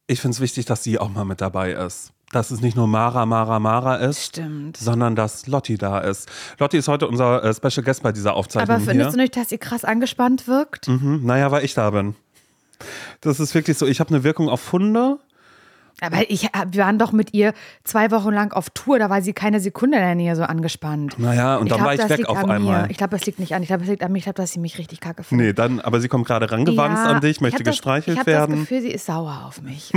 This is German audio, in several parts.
ich finde es wichtig, dass sie auch mal mit dabei ist. Dass es nicht nur Mara ist, Stimmt. sondern dass Lotti da ist. Lotti ist heute unser Special Guest bei dieser Aufzeichnung Aber findest du nicht, dass sie krass angespannt wirkt? Naja, weil ich da bin. Das ist wirklich so, ich habe eine Wirkung auf Hunde. Aber wir waren doch mit ihr 2 Wochen lang auf Tour, da war sie keine Sekunde in der Nähe so angespannt. Naja, und dann war ich weg auf einmal. Ich glaube, das liegt nicht an. Ich glaube, es liegt an mir. Ich glaube, dass sie mich richtig kacke findet. Nee, aber sie kommt gerade rangewanzt an dich, möchte gestreichelt werden. Ich habe das Gefühl, sie ist sauer auf mich.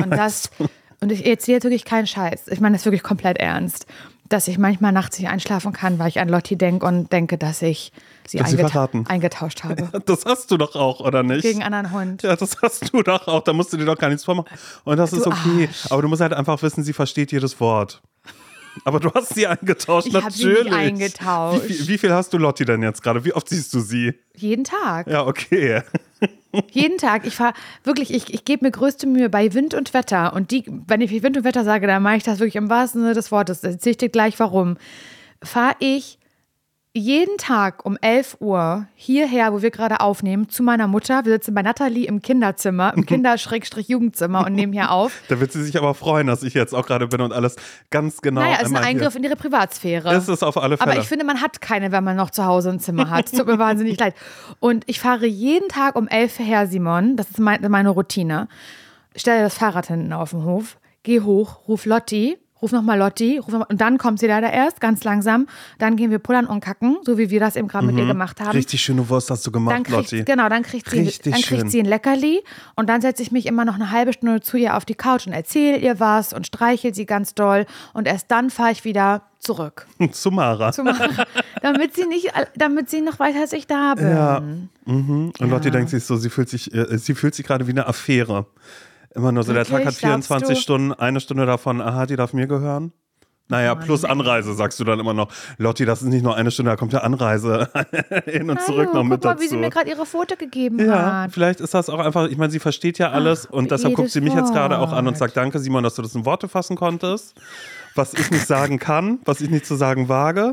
Und ich erzähle jetzt wirklich keinen Scheiß. Ich meine das wirklich komplett ernst. Dass ich manchmal nachts nicht einschlafen kann, weil ich an Lotti denke und denke, dass ich sie eingetauscht habe. Das hast du doch auch, oder nicht? Gegen einen anderen Hund. Ja, das hast du doch auch. Da musst du dir doch gar nichts vormachen. Und das ist okay. Arsch. Aber du musst halt einfach wissen, sie versteht jedes Wort. Aber du hast sie eingetauscht, ich natürlich. Ich habe sie nicht eingetauscht. Wie viel hast du Lotti denn jetzt gerade? Wie oft siehst du sie? Jeden Tag. Ja, okay. Jeden Tag. Ich gebe mir größte Mühe bei Wind und Wetter. Und wenn ich Wind und Wetter sage, dann mache ich das wirklich im wahrsten Sinne des Wortes. Da erzähle ich dir gleich warum. Fahre ich jeden Tag um 11 Uhr hierher, wo wir gerade aufnehmen, zu meiner Mutter. Wir sitzen bei Nathalie im Kinderzimmer, im Kinder-Jugendzimmer und nehmen hier auf. Da wird sie sich aber freuen, dass ich jetzt auch gerade bin und alles ganz genau. Naja, es ist ein Eingriff in ihre Privatsphäre. Das ist auf alle Fälle. Aber ich finde, man hat keine, wenn man noch zu Hause ein Zimmer hat. Es tut mir wahnsinnig leid. Und ich fahre jeden Tag um 11 her, Simon. Das ist meine Routine. Stelle das Fahrrad hinten auf den Hof, geh hoch, ruf nochmal Lotti, und dann kommt sie leider erst, ganz langsam. Dann gehen wir pullern und kacken, so wie wir das eben gerade mit ihr gemacht haben. Richtig schöne Wurst hast du gemacht, Lotti. Genau, dann kriegt sie ein Leckerli und dann setze ich mich immer noch eine halbe Stunde zu ihr auf die Couch und erzähle ihr was und streichel sie ganz doll und erst dann fahre ich wieder zurück. Zu Mara. Damit sie noch weiß, dass ich da bin. Ja. Und Lotti denkt sich so, sie fühlt sich gerade wie eine Affäre. Immer nur so, der Tag hat 24 Stunden, 1 Stunde davon, aha, die darf mir gehören. Naja, plus Anreise, sagst du dann immer noch. Lotti, das ist nicht nur 1 Stunde, da kommt ja Anreise hin und zurück noch mit dazu. Guck mal, wie sie mir gerade ihre Foto gegeben ja, hat. Vielleicht ist das auch einfach, ich meine, sie versteht ja alles und deshalb guckt sie mich jetzt gerade auch an und sagt, danke Simon, dass du das in Worte fassen konntest. Was ich nicht sagen kann, was ich nicht zu sagen wage.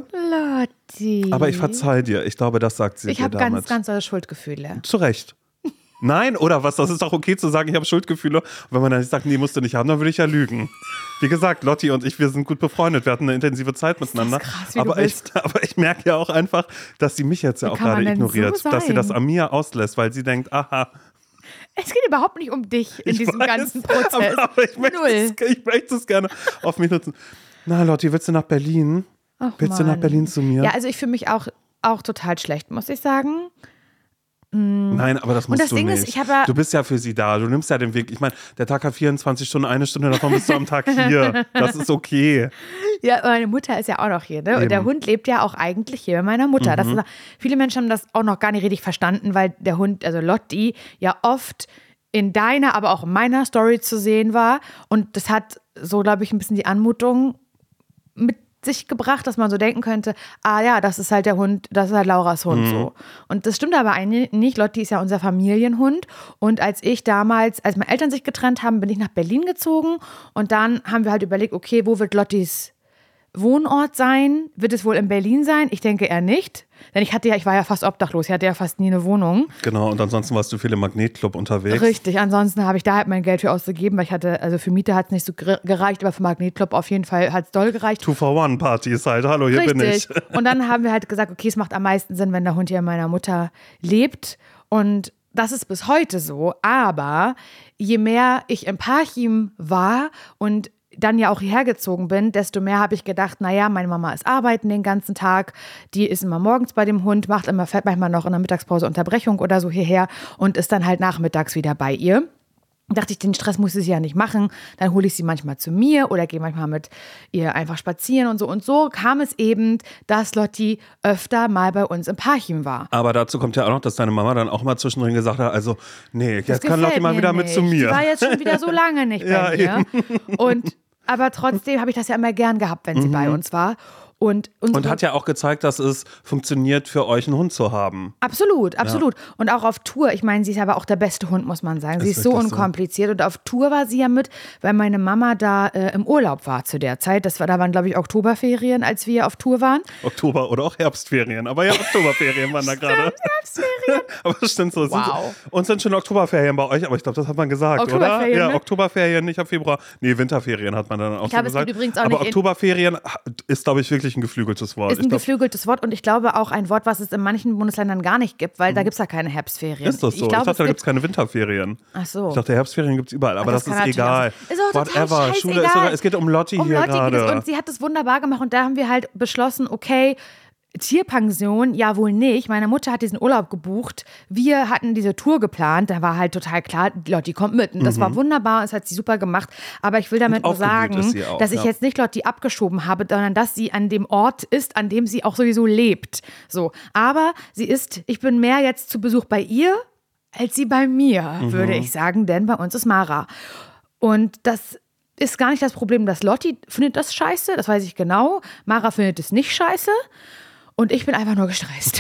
Lotti. Aber ich verzeih dir, ich glaube, das sagt sie dir damit. Ich habe ganz, ganz tolle Schuldgefühle. Zu Recht. Nein, oder was? Das ist doch okay zu sagen, ich habe Schuldgefühle. Und wenn man dann nicht sagt, nee, musst du nicht haben, dann würde ich ja lügen. Wie gesagt, Lotti und ich, wir sind gut befreundet. Wir hatten eine intensive Zeit miteinander. Das ist krass, aber ich merke ja auch einfach, dass sie mich jetzt ja auch gerade ignoriert. So dass sie das an mir auslässt, weil sie denkt, aha. Es geht überhaupt nicht um dich in diesem ganzen Prozess. Aber ich möchte es gerne auf mich nutzen. Na, Lotti, willst du nach Berlin? Willst du nach Berlin zu mir? Ja, also ich fühle mich auch total schlecht, muss ich sagen. Nein, aber das musst du nicht. Ist, du bist ja für sie da, du nimmst ja den Weg. Ich meine, der Tag hat 24 Stunden, 1 Stunde davon bist du am Tag hier. Das ist okay. Ja, meine Mutter ist ja auch noch hier, ne? Und der Hund lebt ja auch eigentlich hier bei meiner Mutter. Viele Menschen haben das auch noch gar nicht richtig verstanden, weil der Hund, also Lotti, ja oft in deiner, aber auch in meiner Story zu sehen war. Und das hat so, glaube ich, ein bisschen die Anmutung mit sich gebracht, dass man so denken könnte, das ist halt der Hund, das ist halt Lauras Hund so. Und das stimmt aber eigentlich nicht. Lotti ist ja unser Familienhund und als meine Eltern sich getrennt haben, bin ich nach Berlin gezogen und dann haben wir halt überlegt, okay, wo wird Lottis Wohnort sein? Wird es wohl in Berlin sein? Ich denke eher nicht. Denn ich war ja fast obdachlos, ich hatte ja fast nie eine Wohnung. Genau, und ansonsten warst du viel im Magnetclub unterwegs. Richtig, ansonsten habe ich da halt mein Geld für ausgegeben, weil ich hatte, also für Miete hat es nicht so gereicht, aber für Magnetclub auf jeden Fall hat es doll gereicht. 2-for-1-Partys halt, hallo, hier bin ich. Und dann haben wir halt gesagt, okay, es macht am meisten Sinn, wenn der Hund hier meiner Mutter lebt und das ist bis heute so, aber je mehr ich im Parchim war und dann ja auch hierher gezogen bin, desto mehr habe ich gedacht, naja, meine Mama ist arbeiten den ganzen Tag, die ist immer morgens bei dem Hund, fährt manchmal noch in der Mittagspause Unterbrechung oder so hierher und ist dann halt nachmittags wieder bei ihr. Dachte ich, den Stress muss ich ja nicht machen, dann hole ich sie manchmal zu mir oder gehe manchmal mit ihr einfach spazieren und so. Und so kam es eben, dass Lotti öfter mal bei uns im Parchim war. Aber dazu kommt ja auch noch, dass deine Mama dann auch mal zwischendrin gesagt hat, also nee, jetzt kann Lotti mal wieder mit zu mir. Die war jetzt schon wieder so lange nicht bei mir. Aber trotzdem habe ich das ja immer gern gehabt, wenn sie bei uns war. Und hat ja auch gezeigt, dass es funktioniert, für euch einen Hund zu haben. Absolut. Und auch auf Tour. Ich meine, sie ist aber auch der beste Hund, muss man sagen. Sie ist so unkompliziert. Und auf Tour war sie ja mit, weil meine Mama da im Urlaub war zu der Zeit. Da waren, glaube ich, Oktoberferien, als wir auf Tour waren. Oktober oder auch Herbstferien. Aber ja, Oktoberferien waren da gerade. Herbstferien. Aber das stimmt so. Wow. Uns sind schon Oktoberferien bei euch, aber ich glaube, das hat man gesagt, oder? Ja, ne? Oktoberferien, nicht ab Februar. Nee, Winterferien hat man dann auch so gesagt. Übrigens auch aber nicht Oktoberferien ist, glaube ich, wirklich ein geflügeltes Wort. Ist ein geflügeltes Wort und ich glaube auch ein Wort, was es in manchen Bundesländern gar nicht gibt, weil da gibt es ja keine Herbstferien. Ist das so? Ich dachte, da gibt es keine Winterferien. Ach so. Ich dachte, Herbstferien gibt es überall, aber das ist egal. Ist auch Whatever. Schule ist sogar, es geht um Lotti hier gerade. Und sie hat das wunderbar gemacht und da haben wir halt beschlossen, okay, Tierpension, ja wohl nicht. Meine Mutter hat diesen Urlaub gebucht. Wir hatten diese Tour geplant. Da war halt total klar, Lotti kommt mit. Und das war wunderbar. Das hat sie super gemacht. Aber ich will damit nur sagen, dass ich jetzt nicht Lotti abgeschoben habe, sondern dass sie an dem Ort ist, an dem sie auch sowieso lebt. So. Aber ich bin mehr jetzt zu Besuch bei ihr, als sie bei mir, würde ich sagen. Denn bei uns ist Mara. Und das ist gar nicht das Problem, dass Lotti findet das scheiße. Das weiß ich genau. Mara findet es nicht scheiße. Und ich bin einfach nur gestresst.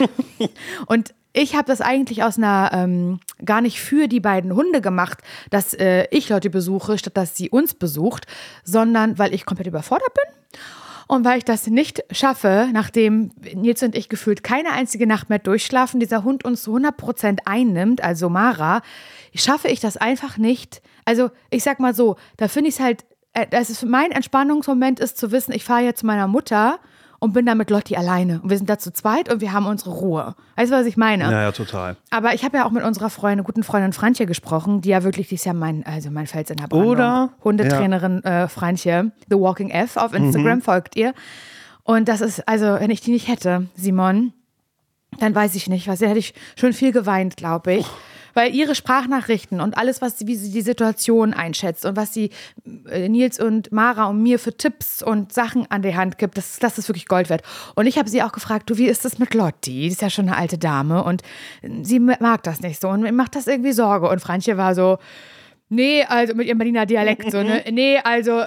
Und ich habe das eigentlich aus einer, gar nicht für die beiden Hunde gemacht, dass ich Leute besuche, statt dass sie uns besucht, sondern weil ich komplett überfordert bin. Und weil ich das nicht schaffe, nachdem Nils und ich gefühlt keine einzige Nacht mehr durchschlafen, dieser Hund uns zu 100% einnimmt, also Mara, schaffe ich das einfach nicht. Also ich sag mal so, da finde ich es halt, mein Entspannungsmoment ist zu wissen, ich fahre jetzt zu meiner Mutter und bin dann mit Lotti alleine. Und wir sind da zu zweit und wir haben unsere Ruhe. Weißt du, was ich meine? Ja, total. Aber ich habe ja auch mit unserer guten Freundin Frantje gesprochen, die ja wirklich, die ist ja mein Fels in der Brandung. Oder? Hundetrainerin Frantje, The Walking F auf Instagram, folgt ihr. Und das ist, also wenn ich die nicht hätte, Simon, dann weiß ich nicht, was, da hätte ich schon viel geweint, glaube ich. Weil ihre Sprachnachrichten und alles, wie sie die Situation einschätzt und was sie Nils und Mara und mir für Tipps und Sachen an die Hand gibt, das ist wirklich Gold wert. Und ich habe sie auch gefragt, du, wie ist das mit Lotti? Die ist ja schon eine alte Dame und sie mag das nicht so und mir macht das irgendwie Sorge. Und Frantje war so, nee, also mit ihrem Berliner Dialekt so, ne? Nee, also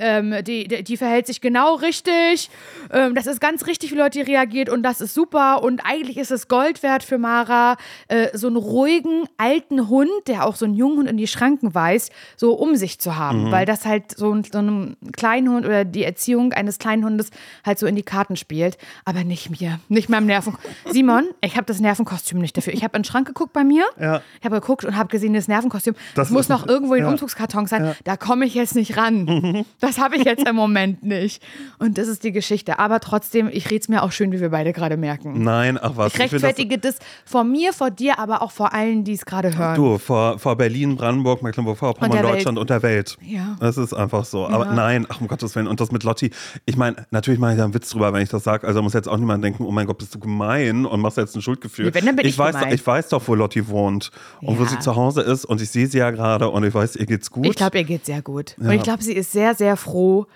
die verhält sich genau richtig. Das ist ganz richtig, wie Leute reagiert und das ist super. Und eigentlich ist es Gold wert für Mara, so einen ruhigen, alten Hund, der auch so einen jungen Hund in die Schranken weist, so um sich zu haben. Weil das halt so einem kleinen Hund oder die Erziehung eines kleinen Hundes halt so in die Karten spielt. Aber nicht mir, nicht meinem Simon, ich habe das Nervenkostüm nicht dafür. Ich habe in den Schrank geguckt bei mir. Ja. Ich habe geguckt und habe gesehen, das Nervenkostüm, das muss noch irgendwo in Umzugskartons sein, da komme ich jetzt nicht ran. Das habe ich jetzt im Moment nicht. Und das ist die Geschichte. Aber trotzdem, ich rede es mir auch schön, wie wir beide gerade merken. Nein, ach was. Ich rechtfertige das vor mir, vor dir, aber auch vor allen, die es gerade hören. Du, vor Berlin, Brandenburg, Mecklenburg-Vorpommern, Deutschland und der Welt. Ja. Das ist einfach so. Aber nein, ach um Gottes Willen. Und das mit Lotti, ich meine, natürlich mache ich da einen Witz drüber, wenn ich das sage. Also muss jetzt auch niemand denken, oh mein Gott, bist du gemein und machst jetzt ein Schuldgefühl. Nee, wenn, dann bin ich weiß doch, wo Lotti wohnt und wo sie zu Hause ist und ich sehe sie ja gerade und ich weiß, ihr geht's gut. Ich glaube, ihr geht's sehr gut. Ja. Und ich glaube, sie ist sehr, sehr froh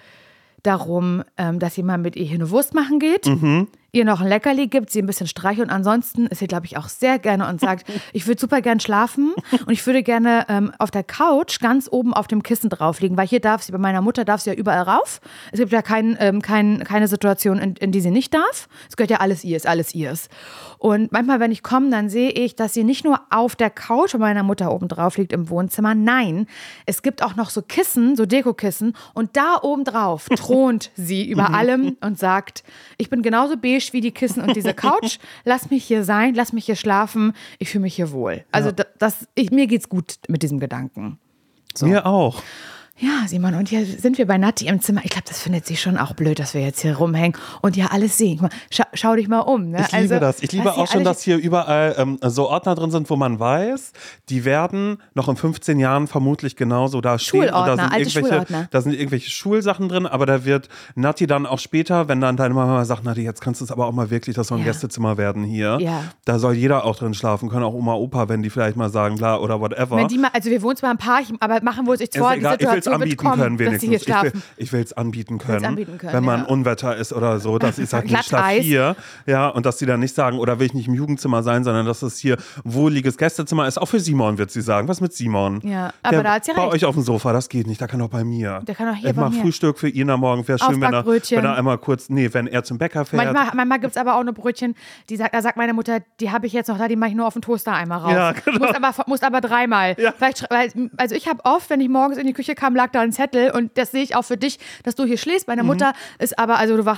darum, dass jemand mit ihr hier eine Wurst machen geht. Ihr noch ein Leckerli gibt, sie ein bisschen streichelt und ansonsten ist sie, glaube ich, auch sehr gerne und sagt, ich würde super gern schlafen und ich würde gerne auf der Couch ganz oben auf dem Kissen drauf liegen, weil hier darf sie, bei meiner Mutter darf sie ja überall rauf. Es gibt ja keine Situation, in die sie nicht darf. Es gehört ja alles ihr, ist alles ihrs. Und manchmal, wenn ich komme, dann sehe ich, dass sie nicht nur auf der Couch bei meiner Mutter oben drauf liegt im Wohnzimmer, nein, es gibt auch noch so Kissen, so Dekokissen und da oben drauf thront sie über allem und sagt, ich bin genauso beige wie die Kissen und diese Couch. Lass mich hier sein, lass mich hier schlafen. Ich fühle mich hier wohl. Also mir geht's gut mit diesem Gedanken. So. Mir auch. Ja, Simon, und hier sind wir bei Natti im Zimmer. Ich glaube, das findet sie schon auch blöd, dass wir jetzt hier rumhängen und ja alles sehen. Schau dich mal um. Ne? Ich liebe das. Ich liebe auch schon, dass hier überall so Ordner drin sind, wo man weiß, die werden noch in 15 Jahren vermutlich genauso da stehen. Schulordner, alte Schulordner. Da sind irgendwelche Schulsachen drin, aber da wird Natti dann auch später, wenn dann deine Mama sagt, Natti, jetzt kannst du es aber auch mal wirklich, das soll ein Gästezimmer werden hier. Ja. Da soll jeder auch drin schlafen können, auch Oma, Opa, wenn die vielleicht mal sagen, bla oder whatever. Wenn die mal, also wir wohnen zwar im Park, aber machen wir uns nichts vor, die Situation so anbieten können wenigstens. Ich will es anbieten können, wenn mal ein Unwetter ist oder so, dass ich sage, ich schlafe hier. Ja, und dass sie dann nicht sagen, oder will ich nicht im Jugendzimmer sein, sondern dass es hier wohliges Gästezimmer ist. Auch für Simon wird sie sagen. Was mit Simon? Ja, aber da hat sie recht. Bei euch auf dem Sofa, das geht nicht. Da kann auch bei mir. Der kann auch hier bei mir. Ich mache Frühstück für ihn am Morgen. Wäre schön, wenn er einmal kurz, wenn er zum Bäcker fährt. Manchmal gibt es aber auch eine Brötchen, da sagt meine Mutter, die habe ich jetzt noch da, die mache ich nur auf den Toaster einmal raus. Ja, genau. Muss aber dreimal. Ja. Also ich habe oft, wenn ich morgens in die Küche kam, lag da ein Zettel und das sehe ich auch für dich, dass du hier schläfst. Meine Mutter ist aber,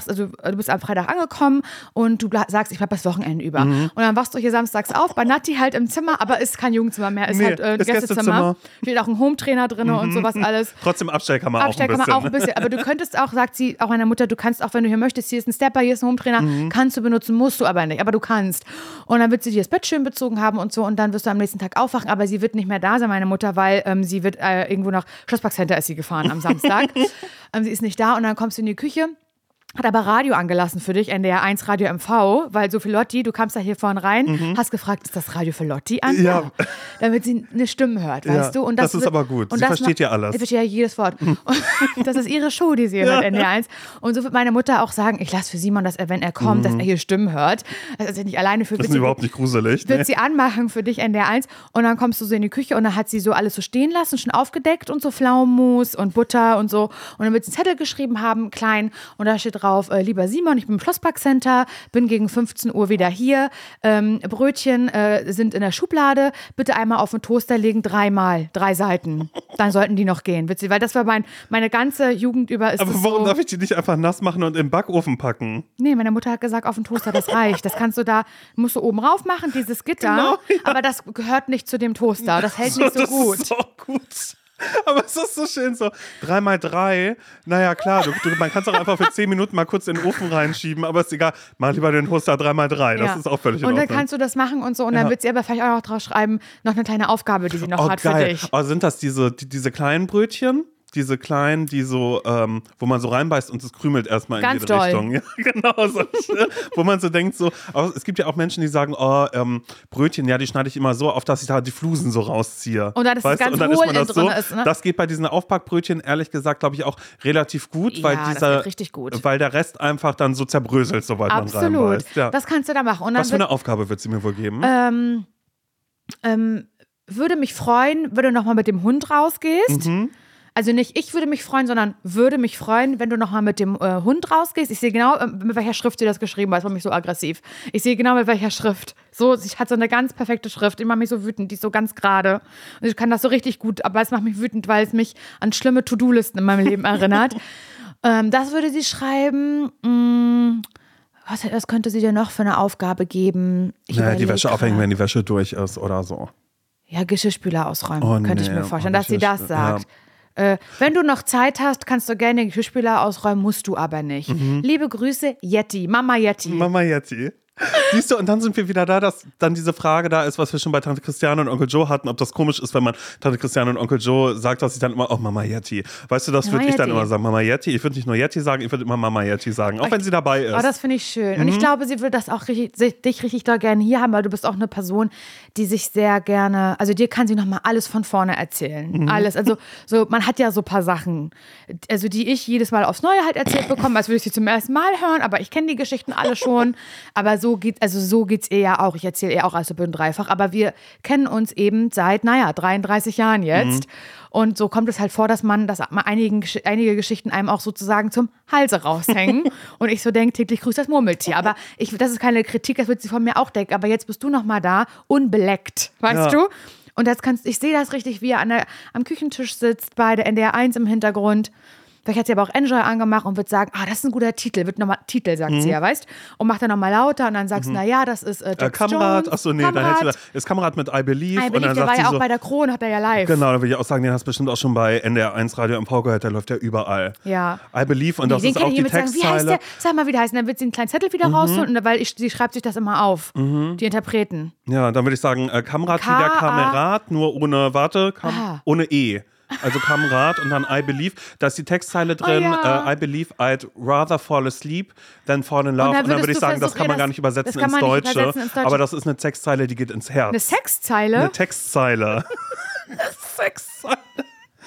du bist am Freitag angekommen und du sagst, ich bleib das Wochenende über. Und dann wachst du hier samstags auf, bei Natti halt im Zimmer, aber ist kein Jugendzimmer mehr, ist halt ein Gästezimmer. Steht auch ein Home-Trainer drin und sowas alles. Trotzdem Abstellkammer auch ein bisschen. Aber du könntest auch, sagt sie, auch meiner Mutter, du kannst auch, wenn du hier möchtest, hier ist ein Stepper, hier ist ein Home-Trainer, kannst du benutzen, musst du aber nicht, aber du kannst. Und dann wird sie dir das Bett schön bezogen haben und so und dann wirst du am nächsten Tag aufwachen, aber sie wird nicht mehr da sein, meine Mutter, weil sie wird irgendwo nach Schlosspark Center ist sie gefahren am Samstag. Sie ist nicht da und dann kommst du in die Küche. Hat aber Radio angelassen für dich, NDR 1 Radio MV, weil so viel Lotti, du kamst da hier vorne rein, hast gefragt, ist das Radio für Lotti an? Ja. Damit sie eine Stimme hört, weißt du? Und das ist aber gut, sie versteht ja alles. Sie versteht ja jedes Wort. Und das ist ihre Show, die sie hört, NDR 1. Und so wird meine Mutter auch sagen, ich lasse für Simon, dass er, wenn er kommt, dass er hier Stimmen hört. Also er nicht alleine für. Das ist überhaupt nicht gruselig. Wird sie anmachen für dich, NDR 1. Und dann kommst du so in die Küche und dann hat sie so alles so stehen lassen, schon aufgedeckt und so Pflaumenmus und Butter und so. Und dann wird sie einen Zettel geschrieben haben, klein, und da steht drauf, lieber Simon, ich bin im Schlosspark Center, bin gegen 15 Uhr wieder hier. Brötchen sind in der Schublade. Bitte einmal auf den Toaster legen, 3 Seiten. Dann sollten die noch gehen. Witzig, weil das war meine ganze Jugend über. Aber warum darf ich die nicht einfach nass machen und im Backofen packen? Nee, meine Mutter hat gesagt, auf den Toaster, das reicht. Das musst du oben rauf machen, dieses Gitter. Genau, ja. Aber das gehört nicht zu dem Toaster. Das hält nicht so gut. Das ist auch gut. Aber es ist so schön so, 3x3, naja klar, man kann es auch einfach für 10 Minuten mal kurz in den Ofen reinschieben, aber ist egal, mach lieber den Toaster 3x3, das ist auch völlig in Ordnung. Und dann kannst du das machen und so und dann wird sie aber vielleicht auch noch drauf schreiben, noch eine kleine Aufgabe, die sie noch hat geil. für dich. Oh, sind das diese kleinen Brötchen? Diese kleinen, die so, wo man so reinbeißt und es krümelt erstmal in jede Richtung. Ja, genau, solche, wo man so denkt, so, aber es gibt ja auch Menschen, die sagen, Brötchen, ja, die schneide ich immer so auf, dass ich da die Flusen so rausziehe. Und dann ist es ganz hohl drin ist, ne? Das geht bei diesen Aufbackbrötchen, ehrlich gesagt, glaube ich, auch relativ gut, weil das geht richtig gut. Weil der Rest einfach dann so zerbröselt, sobald man reinbeißt. Ja. Das kannst du da machen. Und was für eine Aufgabe wird sie mir wohl geben? Würde mich freuen, wenn du nochmal mit dem Hund rausgehst. Also nicht, ich würde mich freuen, sondern würde mich freuen, wenn du nochmal mit dem Hund rausgehst. Ich sehe genau, mit welcher Schrift sie das geschrieben hat. Das macht mich so aggressiv. Ich sehe genau, mit welcher Schrift. So, sie hat so eine ganz perfekte Schrift. Die macht mich so wütend. Die ist so ganz gerade. Und ich kann das so richtig gut, aber es macht mich wütend, weil es mich an schlimme To-Do-Listen in meinem Leben erinnert. Das würde sie schreiben. Was könnte sie dir noch für eine Aufgabe geben? Die Wäsche aufhängen, wenn die Wäsche durch ist oder so. Ja, Geschirrspüler ausräumen, könnte ich mir vorstellen, dass sie das sagt. Ja. Wenn du noch Zeit hast, kannst du gerne den Geschirrspüler ausräumen, musst du aber nicht. Liebe Grüße, Yeti, Mama Yeti. Mama Yeti. Siehst du, und dann sind wir wieder da, dass dann diese Frage da ist, was wir schon bei Tante Christiane und Onkel Joe hatten, ob das komisch ist, wenn man Tante Christiane und Onkel Joe sagt, dass ich dann immer, Mama Yeti. Weißt du, das würde ich dann immer sagen, Mama Yeti. Ich würde nicht nur Yeti sagen, ich würde immer Mama Yeti sagen, auch wenn sie dabei ist. Oh, das finde ich schön. Und ich glaube, sie würde das auch dich richtig doll gerne hier haben, weil du bist auch eine Person, die sich sehr gerne, also dir kann sie nochmal alles von vorne erzählen. Alles, also so, man hat ja so ein paar Sachen, also die ich jedes Mal aufs Neue halt erzählt bekomme, als würde ich sie zum ersten Mal hören, aber ich kenne die Geschichten alle schon, aber so geht's ihr ja auch. Ich erzähle ihr auch also bin dreifach, aber wir kennen uns eben seit, 33 Jahren jetzt. Und so kommt es halt vor, dass einige Geschichten einem auch sozusagen zum Halse raushängen. Und ich so denke, täglich grüßt das Murmeltier. Aber das ist keine Kritik, das wird sie von mir auch denken. Aber jetzt bist du noch mal da, unbeleckt, weißt du? Und ich sehe das richtig, wie er am Küchentisch sitzt, bei der NDR 1 im Hintergrund. Vielleicht hat sie aber auch Enjoy angemacht und wird sagen, das ist ein guter Titel, wird nochmal Titel, sagt sie ja, weißt? Und macht dann nochmal lauter und dann sagst du, das ist Jax Kamerad, Jones. Achso, nee, dann hätte sie ist Kamerad mit I Believe. Und dann der war ja auch bei der Krone, hat er ja live. Genau, dann will ich auch sagen, den hast du bestimmt auch schon bei NDR 1 Radio MV gehört, der läuft ja überall. Ja. I Believe und das ist auch die Textzeile. Wie heißt der? Sag mal, wie der heißt. Und dann wird sie einen kleinen Zettel wieder rausholen, weil sie schreibt sich das immer auf, die Interpreten. Ja, dann würde ich sagen, Kamerad wie der Kamerad, nur ohne, ohne E. Also Kamerad und dann I Believe. Da ist die Textzeile drin, I believe I'd rather fall asleep than fall in love. Und dann würde ich sagen, das kann man gar nicht übersetzen ins Deutsche. Aber das ist eine Textzeile, die geht ins Herz. Eine Sexzeile? Eine Textzeile. Eine Sexzeile.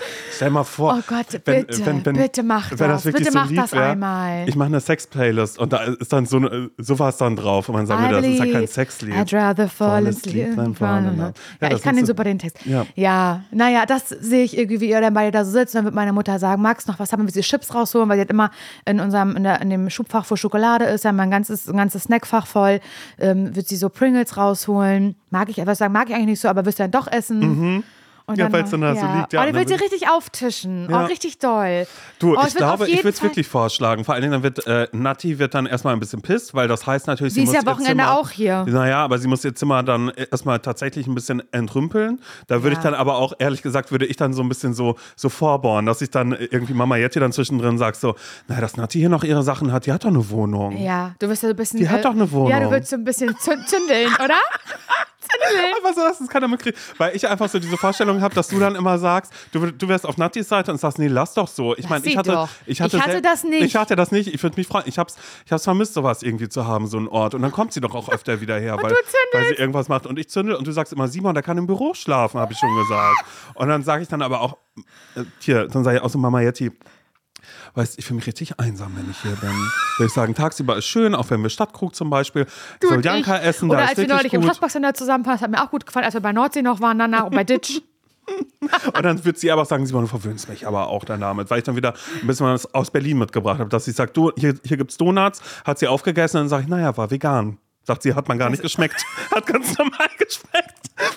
Stell mal vor, oh Gott, bitte mach das. Wenn das wirklich bitte so mach lieb das wär, einmal. Ich mache eine Sex-Playlist und da ist dann sowas dann drauf. Und man sagt mir, das ist ja kein Sexlied. I'd rather fall asleep than fall in love. Ja, ich kann den super, den Text. Ja, naja, das sehe ich irgendwie, wie ihr dann beide da so sitzt. Und dann wird meine Mutter sagen, magst du noch was haben, wir diese Chips rausholen, weil sie hat immer in dem Schubfach, wo Schokolade ist, ein ganzes Snackfach voll, wird sie so Pringles rausholen. Mag ich eigentlich nicht so, aber wirst du dann doch essen. Mhm. Und ja, weil es dann da so liegt. Ja, die will sie richtig auftischen. Ja. Oh, richtig doll. Du, ich glaube, ich würde es wirklich vorschlagen. Vor allen Dingen, dann wird Natti dann erstmal ein bisschen pisst, weil das heißt natürlich, sie muss ist ja Wochenende auch hier. Naja, aber sie muss ihr Zimmer dann erstmal tatsächlich ein bisschen entrümpeln. Da würde ich dann aber auch, ehrlich gesagt, würde ich dann so ein bisschen so vorbohren, dass ich dann irgendwie Mama Jetti dann zwischendrin sag so, naja, dass Natti hier noch ihre Sachen hat, die hat doch eine Wohnung. Ja, du wirst ja ein bisschen... Die hat doch eine Wohnung. Ja, du willst so ein bisschen zündeln, oder? Aber so, das keiner mitkriegt. Weil ich einfach so diese Vorstellung habe, dass du dann immer sagst, du wärst auf Nattis Seite und sagst, nee, lass doch so. Ich meine, ich hatte das nicht. Ich hatte das nicht. Ich würde mich freuen. Ich hab's vermisst, sowas irgendwie zu haben, so einen Ort. Und dann kommt sie doch auch öfter wieder her, weil sie irgendwas macht. Und ich zündel und du sagst immer, Simon, der kann im Büro schlafen, habe ich schon gesagt. Und dann sage ich dann aber auch, dann sage ich auch so, Mama Jetti, weißt, ich fühle mich richtig einsam, wenn ich hier bin. Würde ich sagen, tagsüber ist schön, auch wenn wir Stadtkrug zum Beispiel, Soljanka essen, oder da ist als wir neulich im Schlossparkcenter zusammenpassen, hat mir auch gut gefallen, als wir bei Nordsee noch waren, danach und bei Ditch. Und dann wird sie aber sagen, Simon, du verwöhnst mich aber auch dann damit, weil ich dann wieder ein bisschen was aus Berlin mitgebracht habe, dass sie sagt, du, hier gibt's Donuts, hat sie aufgegessen und dann sage ich, naja, war vegan. Sagt sie, hat man gar nicht geschmeckt. Hat ganz normal geschmeckt.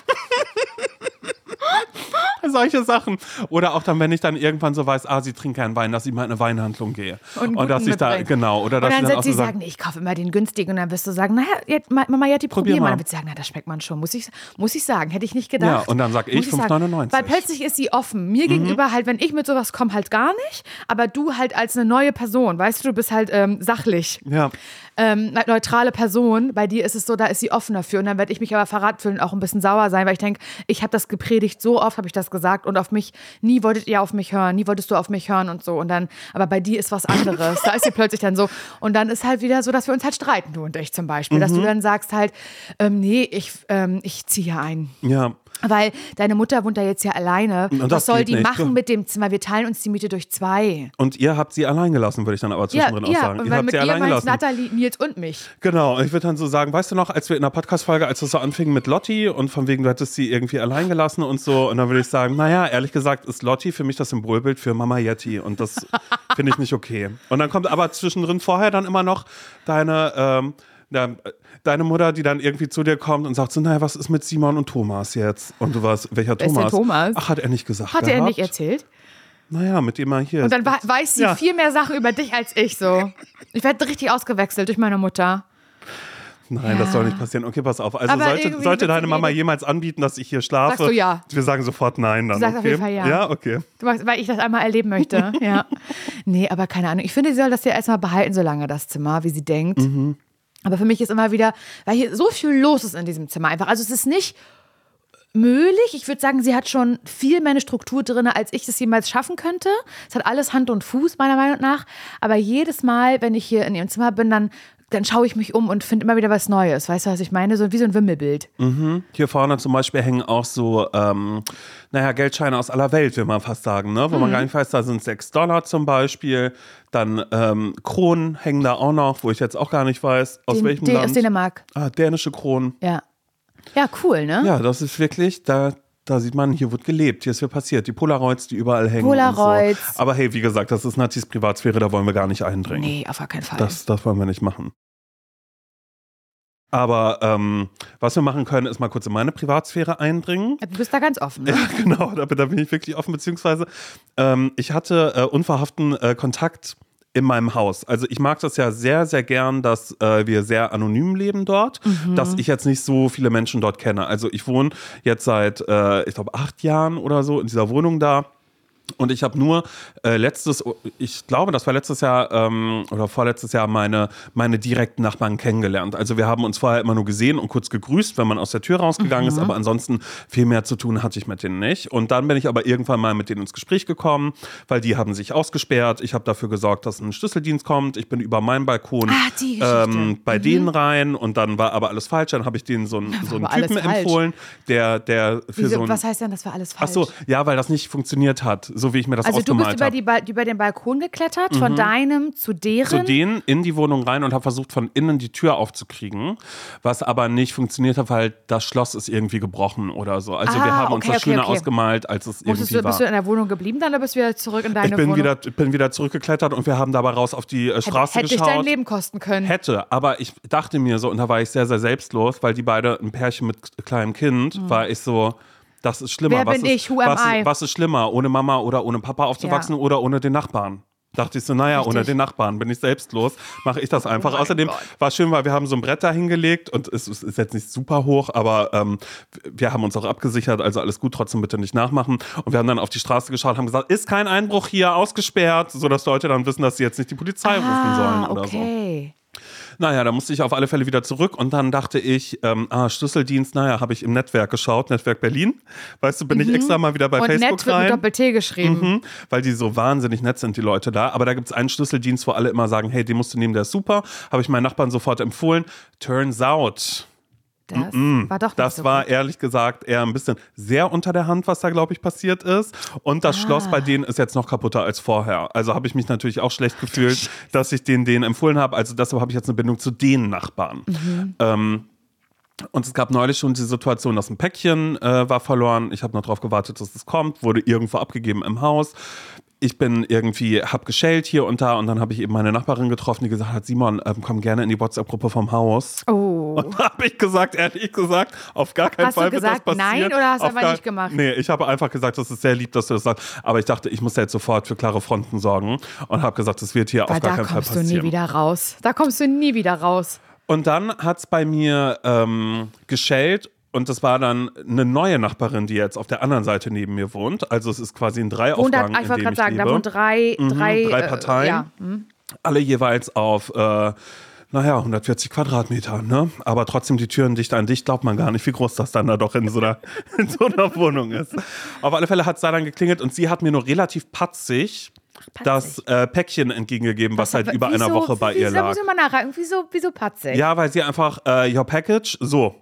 Solche Sachen. Oder auch dann, wenn ich dann irgendwann so weiß, sie trinkt keinen Wein, dass ich mal in eine Weinhandlung gehe. Und dass ich da, genau. Oder dass und dann wird sie sagen, nee, ich kaufe immer den günstigen. Und dann wirst du sagen, naja, Mama, ja, die probier mal. Und dann wird sie sagen, na, das schmeckt man schon. Muss ich sagen, hätte ich nicht gedacht. Ja, und dann sag ich 5,99. Weil plötzlich ist sie offen. Mir gegenüber halt, wenn ich mit sowas komme, halt gar nicht. Aber du halt als eine neue Person, weißt du bist halt sachlich. Ja. Neutrale Person, bei dir ist es so, da ist sie offen dafür und dann werde ich mich aber verraten fühlen und auch ein bisschen sauer sein, weil ich denke, ich habe das gepredigt, so oft habe ich das gesagt und nie wolltet ihr auf mich hören, nie wolltest du auf mich hören und so und dann, aber bei dir ist was anderes, da ist sie plötzlich dann so und dann ist halt wieder so, dass wir uns halt streiten, du und ich zum Beispiel, dass du dann sagst halt, nee, ich ziehe hier ein. Ja. Weil deine Mutter wohnt da jetzt ja alleine. Was soll die machen mit dem Zimmer? Wir teilen uns die Miete durch 2. Und ihr habt sie allein gelassen, würde ich dann aber zwischendrin auch sagen. Ihr habt sie allein gelassen. Nathalie, Nils und mich. Genau, ich würde dann so sagen, weißt du noch, als wir in der Podcast-Folge, als es so anfing mit Lotti und von wegen, du hättest sie irgendwie allein gelassen und so, und dann würde ich sagen, naja, ehrlich gesagt ist Lotti für mich das Symbolbild für Mama Jetti und das finde ich nicht okay. Und dann kommt aber zwischendrin vorher dann immer noch deine Mutter, die dann irgendwie zu dir kommt und sagt so, naja, was ist mit Simon und Thomas jetzt? Und du warst, welcher Thomas? Wer ist der Thomas? Ach, hat er nicht gesagt Hat er nicht erzählt? Naja, mit dem er hier ist. Und dann weiß sie viel mehr Sachen über dich als ich so. Ich werde richtig ausgewechselt durch meine Mutter. Nein, das soll nicht passieren. Okay, pass auf. Also sollte deine Mama jemals anbieten, dass ich hier schlafe, sagst du ja. Wir sagen sofort nein dann. Du sagst auf jeden Fall ja. Ja, okay. Weil ich das einmal erleben möchte. Ja. Nee, aber keine Ahnung. Ich finde, sie soll das ja erstmal behalten, solange das Zimmer, wie sie denkt. Mhm. Aber für mich ist immer wieder, weil hier so viel los ist in diesem Zimmer einfach. Also es ist nicht möglich. Ich würde sagen, sie hat schon viel mehr eine Struktur drin, als ich das jemals schaffen könnte. Es hat alles Hand und Fuß, meiner Meinung nach. Aber jedes Mal, wenn ich hier in ihrem Zimmer bin, dann schaue ich mich um und finde immer wieder was Neues. Weißt du, was ich meine? So wie so ein Wimmelbild. Mhm. Hier vorne zum Beispiel hängen auch so, Geldscheine aus aller Welt, will man fast sagen, ne? Wo man gar nicht weiß, da sind $6 zum Beispiel. Dann Kronen hängen da auch noch, wo ich jetzt auch gar nicht weiß, aus welchem Land. Aus Dänemark. Dänische Kronen. Ja. Ja, cool, ne? Ja, das ist wirklich, da sieht man, hier wird gelebt, hier ist viel passiert. Die Polaroids, die überall hängen. Polaroids. Und so. Aber hey, wie gesagt, das ist Natis Privatsphäre, da wollen wir gar nicht eindringen. Nee, auf gar keinen Fall. Das wollen wir nicht machen. Aber was wir machen können, ist mal kurz in meine Privatsphäre eindringen. Du bist da ganz offen, ne? Ja, genau, da bin ich wirklich offen, beziehungsweise ich hatte unverhofften Kontakt in meinem Haus. Also ich mag das ja sehr, sehr gern, dass wir sehr anonym leben dort, dass ich jetzt nicht so viele Menschen dort kenne. Also ich wohne jetzt seit, ich glaube, 8 Jahren oder so in dieser Wohnung da. Und ich habe nur ich glaube, das war letztes Jahr oder vorletztes Jahr meine direkten Nachbarn kennengelernt. Also wir haben uns vorher immer nur gesehen und kurz gegrüßt, wenn man aus der Tür rausgegangen ist, aber ansonsten viel mehr zu tun hatte ich mit denen nicht. Und dann bin ich aber irgendwann mal mit denen ins Gespräch gekommen, weil die haben sich ausgesperrt. Ich habe dafür gesorgt, dass ein Schlüsseldienst kommt. Ich bin über meinen Balkon bei denen rein und dann war aber alles falsch. Dann habe ich denen so einen Typen empfohlen, der für so ein... Was heißt denn, das war alles falsch? Ach so, ja, weil das nicht funktioniert hat. so wie ich mir das ausgemalt habe. Also du bist über den Balkon geklettert, von deinem zu deren? Zu denen in die Wohnung rein und habe versucht, von innen die Tür aufzukriegen, was aber nicht funktioniert hat, weil das Schloss ist irgendwie gebrochen oder so. Also wir haben uns das schöner ausgemalt, als es irgendwie war. Bist du in der Wohnung geblieben dann oder bist du wieder zurück in deine Wohnung? Ich bin wieder zurückgeklettert und wir haben dabei raus auf die Straße geschaut. Hätte ich dein Leben kosten können. Hätte, aber ich dachte mir so, und da war ich sehr, sehr selbstlos, weil die beide ein Pärchen mit kleinem Kind, war ich so... Das ist schlimmer. Wer bin ich? Who am I? Was ist schlimmer, ohne Mama oder ohne Papa aufzuwachsen oder ohne den Nachbarn? Dachte ich so, naja, ohne den Nachbarn bin ich selbstlos, mache ich das einfach. Außerdem war es schön, weil wir haben so ein Brett da hingelegt und es ist jetzt nicht super hoch, aber wir haben uns auch abgesichert, also alles gut, trotzdem bitte nicht nachmachen. Und wir haben dann auf die Straße geschaut, haben gesagt, ist kein Einbruch hier, ausgesperrt, sodass Leute dann wissen, dass sie jetzt nicht die Polizei rufen sollen oder so. Naja, da musste ich auf alle Fälle wieder zurück und dann dachte ich, Schlüsseldienst, habe ich im Netzwerk geschaut, Netzwerk Berlin. Weißt du, bin ich extra mal wieder bei Facebook rein. Und Nett wird mit Doppel-T geschrieben. Weil die so wahnsinnig nett sind, die Leute da. Aber da gibt es einen Schlüsseldienst, wo alle immer sagen, hey, den musst du nehmen, der ist super. Habe ich meinen Nachbarn sofort empfohlen. Turns out... Das war doch nicht Das so war gut. ehrlich gesagt eher ein bisschen sehr unter der Hand, was da, glaube ich, passiert ist. Und das Schloss bei denen ist jetzt noch kaputter als vorher. Also habe ich mich natürlich auch schlecht gefühlt, dass ich denen empfohlen habe. Also deshalb habe ich jetzt eine Bindung zu den Nachbarn. Und es gab neulich schon die Situation, dass ein Päckchen war verloren. Ich habe noch drauf gewartet, dass es kommt. Wurde irgendwo abgegeben im Haus. Ich bin hab geschellt hier und da und dann habe ich eben meine Nachbarin getroffen, die gesagt hat, Simon, komm gerne in die WhatsApp-Gruppe vom Haus. Oh. Und da habe ich gesagt, ehrlich gesagt, auf gar keinen Fall wird das passieren. Hast du gesagt nein oder hast du einfach nicht gemacht? Nee, ich habe einfach gesagt, das ist sehr lieb, dass du das sagst, aber ich dachte, ich muss jetzt sofort für klare Fronten sorgen und habe gesagt, das wird hier auf gar keinen Fall passieren. Da kommst du nie wieder raus. Und dann hat es bei mir geschellt. Und das war dann eine neue Nachbarin, die jetzt auf der anderen Seite neben mir wohnt. Also es ist quasi ein Dreiaufgang, ich wollte gerade sagen, da wohnen drei Parteien. Alle jeweils auf 140 Quadratmeter, ne? Aber trotzdem die Türen dicht an dicht, glaubt man gar nicht, wie groß das dann da doch in so einer Wohnung ist. Auf alle Fälle hat es da dann geklingelt und sie hat mir nur relativ patzig das Päckchen entgegengegeben, was seit über einer Woche bei ihr lag. Da muss ich mal nachhaken, wieso patzig? Ja, weil sie einfach, your package,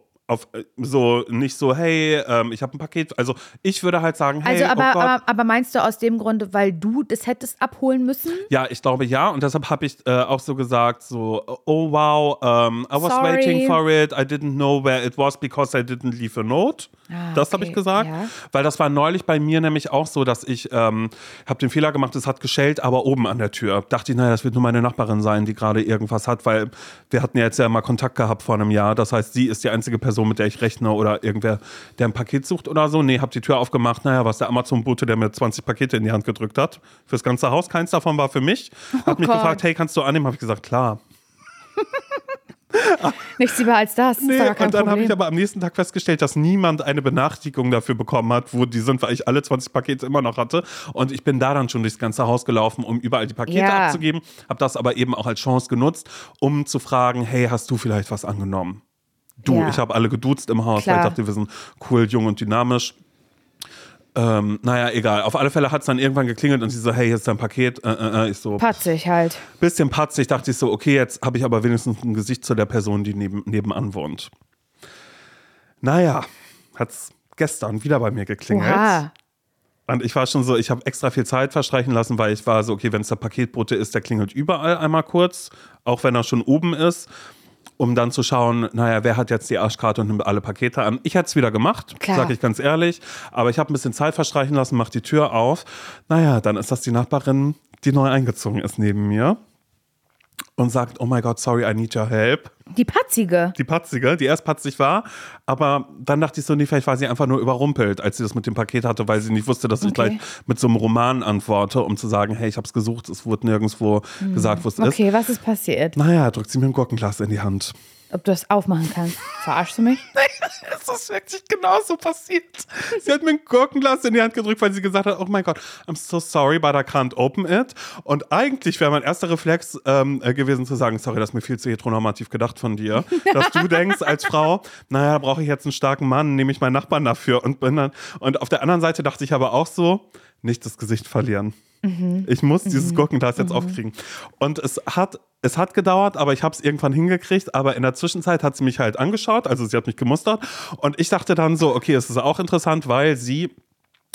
nicht so, hey, ich habe ein Paket. Also ich würde halt sagen, hey, aber meinst du aus dem Grunde, weil du das hättest abholen müssen? Ja, ich glaube ja. Und deshalb habe ich auch so gesagt, so, oh wow, I was waiting for it. I didn't know where it was because I didn't leave a note. Das habe ich gesagt. Ja. Weil das war neulich bei mir nämlich auch so, dass ich habe den Fehler gemacht, es hat geschellt, aber oben an der Tür. Dachte ich, naja, das wird nur meine Nachbarin sein, die gerade irgendwas hat, weil wir hatten ja jetzt ja mal Kontakt gehabt vor einem Jahr. Das heißt, sie ist die einzige Person, mit der ich rechne oder irgendwer, der ein Paket sucht oder so. Nee, hab die Tür aufgemacht. Naja, was der Amazon-Bote, der mir 20 Pakete in die Hand gedrückt hat. Fürs ganze Haus. Keins davon war für mich. Hat mich gefragt, hey, kannst du annehmen? Habe ich gesagt, klar. Nichts lieber als das. Nee, und dann habe ich aber am nächsten Tag festgestellt, dass niemand eine Benachrichtigung dafür bekommen hat, wo die sind, weil ich alle 20 Pakete immer noch hatte. Und ich bin da dann schon durchs ganze Haus gelaufen, um überall die Pakete abzugeben. Habe das aber eben auch als Chance genutzt, um zu fragen, hey, hast du vielleicht was angenommen? Ich habe alle geduzt im Haus, weil ich dachte, wir sind cool, jung und dynamisch. Naja, egal. Auf alle Fälle hat es dann irgendwann geklingelt und sie so, hey, hier ist dein Paket. Ich so, patzig halt. Bisschen patzig, dachte ich so, okay, jetzt habe ich aber wenigstens ein Gesicht zu der Person, die nebenan wohnt. Naja, hat es gestern wieder bei mir geklingelt. Oha. Und ich war schon so, ich habe extra viel Zeit verstreichen lassen, weil ich war so, okay, wenn es der Paketbote ist, der klingelt überall einmal kurz, auch wenn er schon oben ist. Um dann zu schauen, naja, wer hat jetzt die Arschkarte und nimmt alle Pakete an. Ich hätte es wieder gemacht, sage ich ganz ehrlich. Aber ich habe ein bisschen Zeit verstreichen lassen, mach die Tür auf. Naja, dann ist das die Nachbarin, die neu eingezogen ist neben mir. Und sagt, oh my God, sorry, I need your help. Die Patzige, die erst patzig war. Aber dann dachte ich so, nee, vielleicht war sie einfach nur überrumpelt, als sie das mit dem Paket hatte, weil sie nicht wusste, dass ich gleich mit so einem Roman antworte, um zu sagen, hey, ich habe es gesucht, es wurde nirgendwo gesagt, wo es ist. Okay, was ist passiert? Naja, drückt sie mir ein Gurkenglas in die Hand. Ob du das aufmachen kannst. Verarschst du mich? Es ist wirklich genauso passiert. Sie hat mir ein Gurkenglas in die Hand gedrückt, weil sie gesagt hat, oh mein Gott, I'm so sorry, but I can't open it. Und eigentlich wäre mein erster Reflex gewesen zu sagen, sorry, das ist mir viel zu heteronormativ gedacht von dir, dass du denkst als Frau, naja, da brauche ich jetzt einen starken Mann, nehme ich meinen Nachbarn dafür. Und auf der anderen Seite dachte ich aber auch so, nicht das Gesicht verlieren. Ich muss dieses Gurkenglas jetzt aufkriegen. Und es hat gedauert, aber ich habe es irgendwann hingekriegt. Aber in der Zwischenzeit hat sie mich halt angeschaut, also sie hat mich gemustert. Und ich dachte dann so, okay, es ist auch interessant, weil sie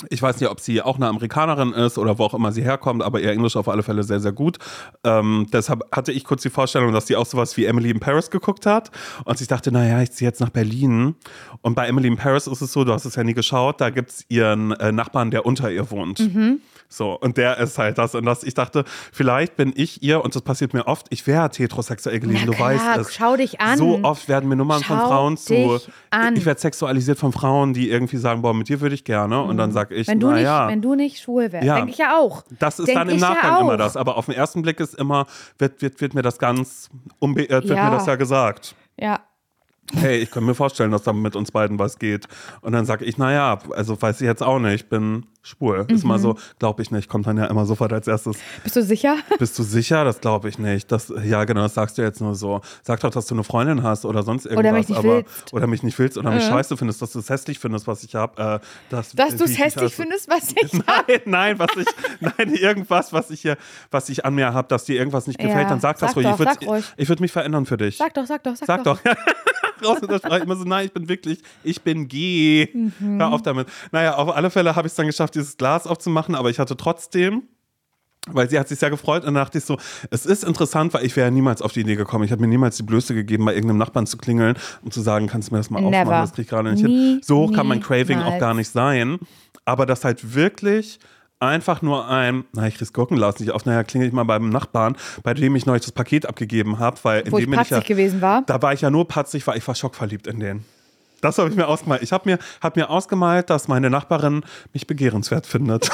Ich weiß nicht, ob sie auch eine Amerikanerin ist oder wo auch immer sie herkommt, aber ihr Englisch auf alle Fälle sehr, sehr gut. Deshalb hatte ich kurz die Vorstellung, dass sie auch sowas wie Emily in Paris geguckt hat. Und ich dachte, naja, ich ziehe jetzt nach Berlin. Und bei Emily in Paris ist es so, du hast es ja nie geschaut, da gibt es ihren Nachbarn, der unter ihr wohnt. So, und der ist halt das und das. Ich dachte, vielleicht bin ich ihr, und das passiert mir oft, ich wäre heterosexuell gewesen, du weißt es. Schau dich an. So oft werden mir Nummern von Frauen zu. Ich werde sexualisiert von Frauen, die irgendwie sagen, boah, mit dir würde ich gerne. Und dann sage ich, wenn du nicht schwul wärst, denke ich ja auch. Das ist dann im Nachgang immer das. Aber auf den ersten Blick ist immer, wird mir das ganz wird mir das ja gesagt. Ja. Hey, ich kann mir vorstellen, dass da mit uns beiden was geht. Und dann sage ich, naja, also weiß ich jetzt auch nicht, ich bin schwul. Ist mal so, glaube ich nicht, kommt dann ja immer sofort als erstes. Bist du sicher? Bist du sicher? Das glaube ich nicht. Ja, genau, das sagst du jetzt nur so. Sag doch, dass du eine Freundin hast oder sonst irgendwas. Oder mich nicht willst. Oder mich scheiße findest, dass du es hässlich findest, was ich habe. Dass du es hässlich findest, was ich habe? Nein, irgendwas, was ich an mir habe, dass dir irgendwas nicht gefällt, dann sag das ruhig. Ich würde mich verändern für dich. Sag doch. Sag doch. Raus und da sprach ich immer so, nein, ich bin G. Hör auf damit. Naja, auf alle Fälle habe ich es dann geschafft, dieses Glas aufzumachen, aber ich hatte trotzdem, weil sie hat sich sehr gefreut und dann dachte ich so, es ist interessant, weil ich wäre ja niemals auf die Idee gekommen. Ich habe mir niemals die Blöße gegeben, bei irgendeinem Nachbarn zu klingeln und zu sagen, kannst du mir das mal aufmachen? Das kriege ich gerade nicht hin. So hoch kann mein Craving auch gar nicht sein. Aber das halt wirklich einfach nur ich krieg's Gurkenglas nicht auf, klingel ich mal beim Nachbarn, bei dem ich neulich das Paket abgegeben habe, weil wo ich patzig gewesen war. Da war ich ja nur patzig, weil ich war schockverliebt in den. Das habe ich mir ausgemalt. Ich habe mir ausgemalt, dass meine Nachbarin mich begehrenswert findet.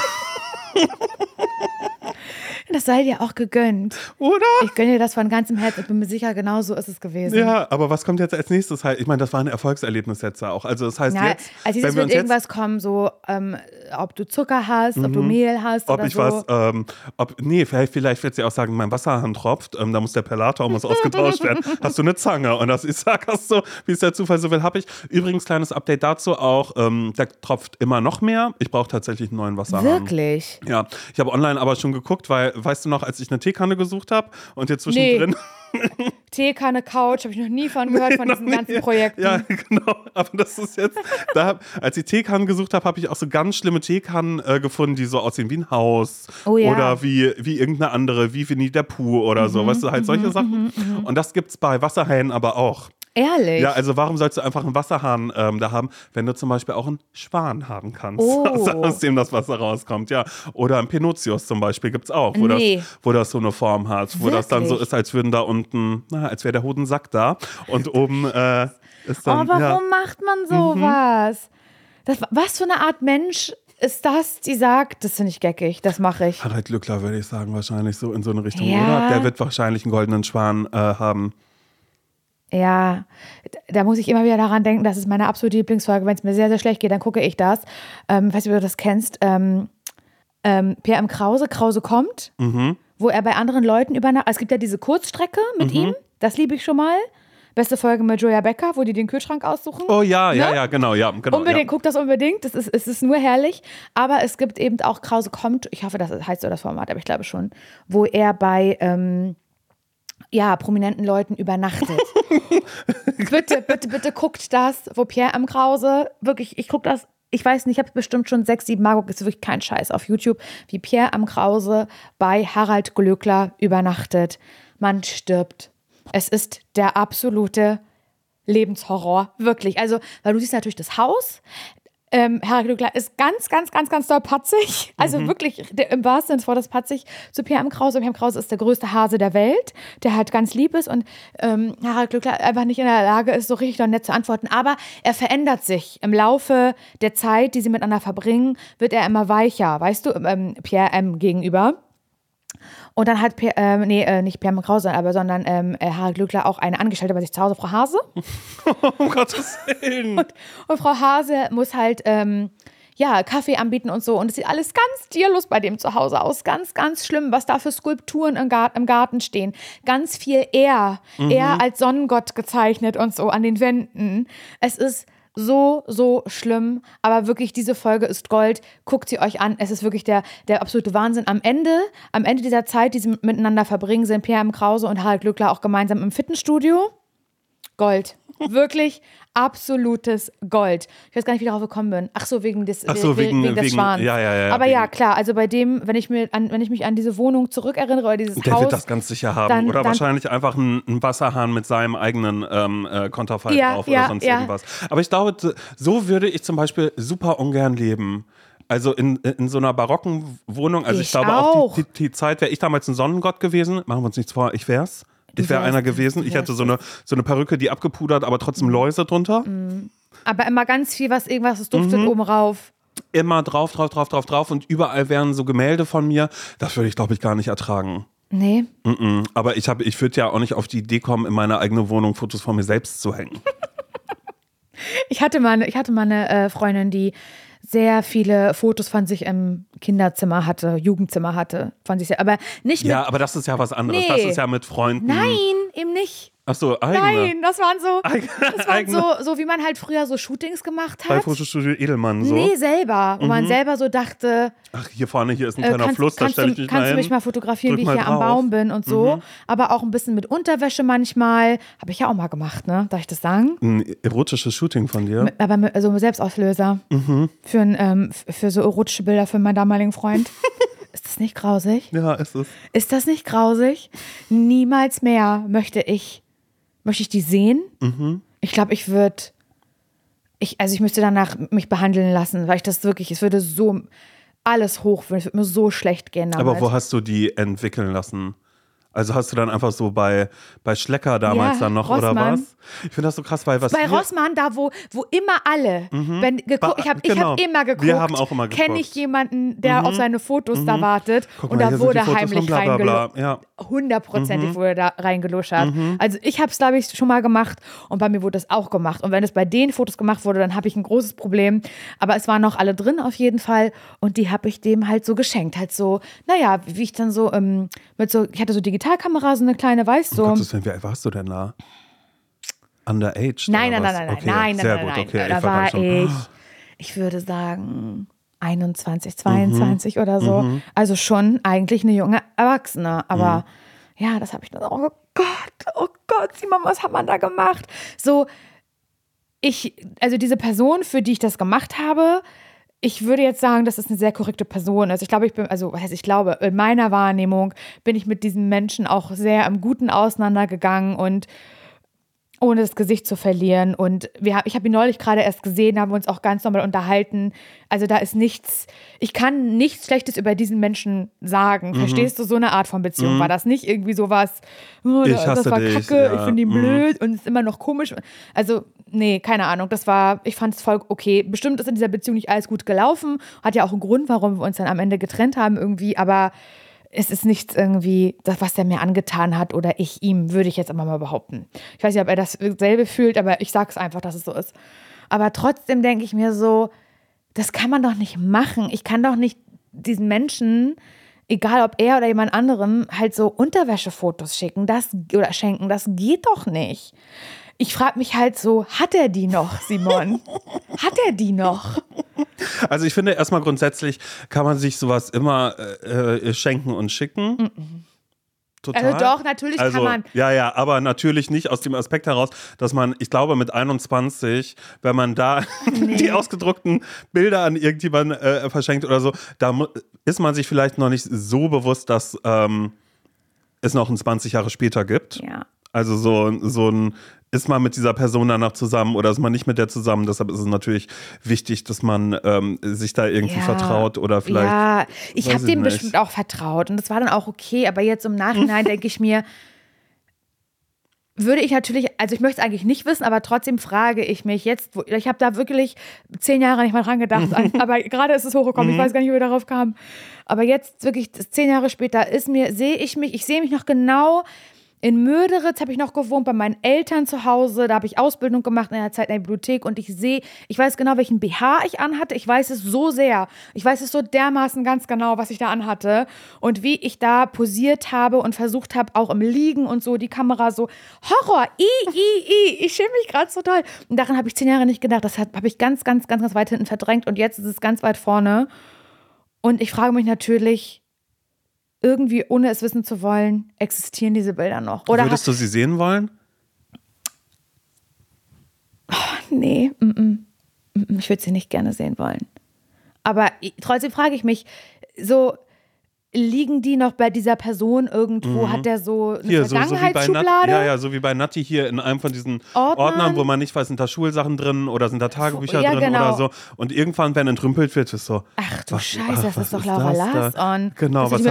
Das sei dir auch gegönnt. Oder? Ich gönne dir das von ganzem Herzen. Ich bin mir sicher, genau so ist es gewesen. Ja, aber was kommt jetzt als nächstes? Ich meine, das war ein Erfolgserlebnis jetzt auch. Also das heißt jetzt, als nächstes wird irgendwas kommen, so ob du Zucker hast, ob du Mehl hast ob oder ich so. Vielleicht wird sie auch sagen, mein Wasserhahn tropft, da muss der Perlator ausgetauscht werden. Hast du eine Zange? Und das ist so, wie es der Zufall so will, habe ich. Übrigens, kleines Update dazu auch, der tropft immer noch mehr. Ich brauche tatsächlich einen neuen Wasserhahn. Wirklich? Ja, ich habe online aber schon geguckt, weil, weißt du noch, als ich eine Teekanne gesucht habe und hier zwischendrin... Teekanne, Couch, habe ich noch nie von gehört, von diesen ganzen Projekten. Ja, genau. Aber das ist jetzt, als ich Teekannen gesucht habe, habe ich auch so ganz schlimme Teekannen gefunden, die so aussehen wie ein Haus. Oh, ja. Oder wie irgendeine andere, wie Winnie der Pooh oder so. Weißt du, halt solche Sachen. Und das gibt's bei Wasserhähnen aber auch. Ehrlich? Ja, also warum sollst du einfach einen Wasserhahn da haben, wenn du zum Beispiel auch einen Schwan haben kannst, aus dem das Wasser rauskommt, ja. Oder ein Pinocchius zum Beispiel gibt's auch, wo das so eine Form hat, wo das dann so ist, als würden da unten, als wäre der Hodensack da und oben ist dann, warum macht man sowas? Was für eine Art Mensch ist das, die sagt, das finde ich geckig, das mache ich. Harald Glückler, würde ich sagen, wahrscheinlich so in so eine Richtung, oder? Der wird wahrscheinlich einen goldenen Schwan haben. Ja, da muss ich immer wieder daran denken, das ist meine absolute Lieblingsfolge. Wenn es mir sehr, sehr schlecht geht, dann gucke ich das. Ich weiß nicht, ob du das kennst. Pierre M. Krause kommt, wo er bei anderen Leuten es gibt ja diese Kurzstrecke mit ihm, das liebe ich schon mal. Beste Folge mit Julia Becker, wo die den Kühlschrank aussuchen. Oh ja, ne? ja, genau. Unbedingt, guck das unbedingt, es ist nur herrlich. Aber es gibt eben auch Krause kommt, ich hoffe, das heißt so das Format, aber ich glaube schon, wo er bei prominenten Leuten übernachtet. bitte guckt das, wo Pierre M. Krause, wirklich, ich gucke das, ich weiß nicht, ich habe es bestimmt schon 6, 7 Mal geguckt, ist wirklich kein Scheiß auf YouTube, wie Pierre M. Krause bei Harald Glöckler übernachtet. Man stirbt. Es ist der absolute Lebenshorror, wirklich. Also, weil du siehst natürlich das Haus. Harald Glöckler ist ganz, ganz, ganz, ganz doll patzig. Also wirklich, im wahrsten Sinne des Wortes patzig zu Pierre M. Krause. Pierre M. Krause ist der größte Hase der Welt, der halt ganz lieb ist und Harald Glöckler einfach nicht in der Lage ist, so richtig noch nett zu antworten. Aber er verändert sich. Im Laufe der Zeit, die sie miteinander verbringen, wird er immer weicher, weißt du, Pierre M. gegenüber. Und dann hat nicht Pierre M. Krause, sondern Harald Glöckler auch eine Angestellte bei sich zu Hause, Frau Hase. Um Gottes Willen. Und Frau Hase muss halt Kaffee anbieten und so. Und es sieht alles ganz tierlos bei dem zu Hause aus. Ganz, ganz schlimm, was da für Skulpturen im Garten stehen. Ganz viel er als Sonnengott gezeichnet und so an den Wänden. Es ist so, so schlimm, aber wirklich, diese Folge ist Gold. Guckt sie euch an. Es ist wirklich der absolute Wahnsinn. Am Ende dieser Zeit, die sie miteinander verbringen, sind Pierre M. Krause und Harald Glöckler auch gemeinsam im Fitnessstudio. Gold. Wirklich absolutes Gold. Ich weiß gar nicht, wie ich darauf gekommen bin. Ach so, wegen des Schwans. Ja. Aber ja, klar, also bei dem, wenn ich mich an diese Wohnung zurückerinnere oder dieses der Haus. Der wird das ganz sicher haben. Oder wahrscheinlich einfach einen Wasserhahn mit seinem eigenen Konterfei drauf oder sonst irgendwas. Aber ich glaube, so würde ich zum Beispiel super ungern leben. Also in so einer barocken Wohnung. Also ich glaube auch die Zeit, wäre ich damals ein Sonnengott gewesen. Machen wir uns nichts vor, ich wär's. Ich wäre einer gewesen. Ich hätte so eine Perücke, die abgepudert, aber trotzdem Läuse drunter. Aber immer ganz viel, was duftet oben rauf. Immer drauf. Und überall wären so Gemälde von mir. Das würde ich, glaube ich, gar nicht ertragen. Nee. Aber ich würde ja auch nicht auf die Idee kommen, in meiner eigenen Wohnung Fotos von mir selbst zu hängen. Ich hatte mal eine Freundin, die sehr viele Fotos von sich im Kinderzimmer hatte, Jugendzimmer hatte, von sich, aber nicht mit. Ja, aber das ist ja was anderes. Nee. Das ist ja mit Freunden. Nein, eben nicht. Ach so, eigene. Nein, das waren so, wie man halt früher so Shootings gemacht hat. Bei Fotostudio Edelmann so? Nee, selber. Wo man selber so dachte. Ach, hier vorne, hier ist ein kleiner Fluss, da stelle ich mich mal hin. Kannst du mich mal fotografieren, wie ich hier am Baum bin und so. Aber auch ein bisschen mit Unterwäsche manchmal. Habe ich ja auch mal gemacht, ne? Darf ich das sagen? Ein erotisches Shooting von dir? Also Selbstauslöser. Für so erotische Bilder für meinen damaligen Freund. Ist das nicht grausig? Ja, ist es. Ist das nicht grausig? Niemals mehr möchte ich die sehen. Ich glaube, ich müsste danach mich behandeln lassen, weil es würde so alles hoch, es würde mir so schlecht gehen damals. Aber wo hast du die entwickeln lassen? Also hast du dann einfach so bei Schlecker damals dann noch Rossmann. Oder was? Ich finde das so krass, weil bei Rossmann, da wo immer alle, ich habe immer geguckt, wir haben auch immer geguckt. Kenne ich jemanden, der auf seine Fotos da wartet Guck und mal, da wurde heimlich reingeluschert. Ja. 100%ig wurde da reingeluschert. Also ich habe es, glaube ich, schon mal gemacht und bei mir wurde das auch gemacht. Und wenn es bei den Fotos gemacht wurde, dann habe ich ein großes Problem. Aber es waren noch alle drin auf jeden Fall und die habe ich dem halt so geschenkt. Halt so, naja, wie ich dann so ich hatte so Digitalkamera, so eine kleine, weißt du. Wie alt warst du denn da? Underage? Nein. Sehr gut, okay. Da war ich würde sagen 21, 22 oder so. Also schon eigentlich eine junge Erwachsene. Aber ja, das habe ich dann auch, oh Gott, Simon, was hat man da gemacht? So, also diese Person, für die ich das gemacht habe, ich würde jetzt sagen, das ist eine sehr korrekte Person. Also in meiner Wahrnehmung bin ich mit diesem Menschen auch sehr im Guten auseinandergegangen und ohne das Gesicht zu verlieren. Und ich habe ihn neulich gerade erst gesehen, haben wir uns auch ganz normal unterhalten. Also da ist ich kann nichts Schlechtes über diesen Menschen sagen. Verstehst du, so eine Art von Beziehung? War das nicht irgendwie sowas, das war dich, kacke, ja. Ich finde ihn blöd und ist immer noch komisch. Also nee, keine Ahnung, ich fand es voll okay. Bestimmt ist in dieser Beziehung nicht alles gut gelaufen. Hat ja auch einen Grund, warum wir uns dann am Ende getrennt haben irgendwie, aber es ist nichts irgendwie, das, was der mir angetan hat oder ich ihm, würde ich jetzt immer mal behaupten. Ich weiß nicht, ob er dasselbe fühlt, aber ich sage es einfach, dass es so ist. Aber trotzdem denke ich mir so, das kann man doch nicht machen. Ich kann doch nicht diesen Menschen, egal ob er oder jemand anderem, halt so Unterwäschefotos schenken. Das geht doch nicht. Ich frage mich halt so, hat er die noch, Simon? Hat er die noch? Also ich finde erstmal grundsätzlich kann man sich sowas immer schenken und schicken. Total. Also doch, natürlich kann man. Ja, aber natürlich nicht aus dem Aspekt heraus, dass man, ich glaube mit 21, wenn man da die ausgedruckten Bilder an irgendjemanden verschenkt oder so, da ist man sich vielleicht noch nicht so bewusst, dass es noch ein 20 Jahre später gibt. Ja. Also so ein ist man mit dieser Person danach zusammen oder ist man nicht mit der zusammen? Deshalb ist es natürlich wichtig, dass man sich da irgendwie vertraut oder vielleicht. Ja, ich habe dem bestimmt auch vertraut und das war dann auch okay. Aber jetzt im Nachhinein denke ich mir, würde ich natürlich, also ich möchte es eigentlich nicht wissen, aber trotzdem frage ich mich jetzt, ich habe da wirklich 10 Jahre nicht mal dran gedacht, aber gerade ist es hochgekommen, ich weiß gar nicht, wie wir darauf kamen. Aber jetzt wirklich 10 Jahre später sehe ich mich noch genau. In Mörderitz habe ich noch gewohnt, bei meinen Eltern zu Hause. Da habe ich Ausbildung gemacht in der Zeit in der Bibliothek. Und ich weiß genau, welchen BH ich anhatte. Ich weiß es so sehr. Ich weiß es so dermaßen ganz genau, was ich da anhatte. Und wie ich da posiert habe und versucht habe, auch im Liegen und so, die Kamera so, Horror, ich schäme mich gerade so toll. Und daran habe ich 10 Jahre nicht gedacht. Das habe ich ganz, ganz, ganz, ganz weit hinten verdrängt. Und jetzt ist es ganz weit vorne. Und ich frage mich natürlich, irgendwie, ohne es wissen zu wollen, existieren diese Bilder noch. Oder würdest du sie sehen wollen? Nee, ich würde sie nicht gerne sehen wollen. Aber trotzdem frage ich mich, so liegen die noch bei dieser Person irgendwo? Hat der so eine hier, Vergangenheitsschublade? So wie bei Natti hier in einem von diesen Ordnern, wo man nicht weiß, sind da Schulsachen drin oder sind da Tagebücher drin oder so. Und irgendwann, wenn entrümpelt wird, ist so. Ach du Scheiße, das ist doch Laura Larsson. Genau, was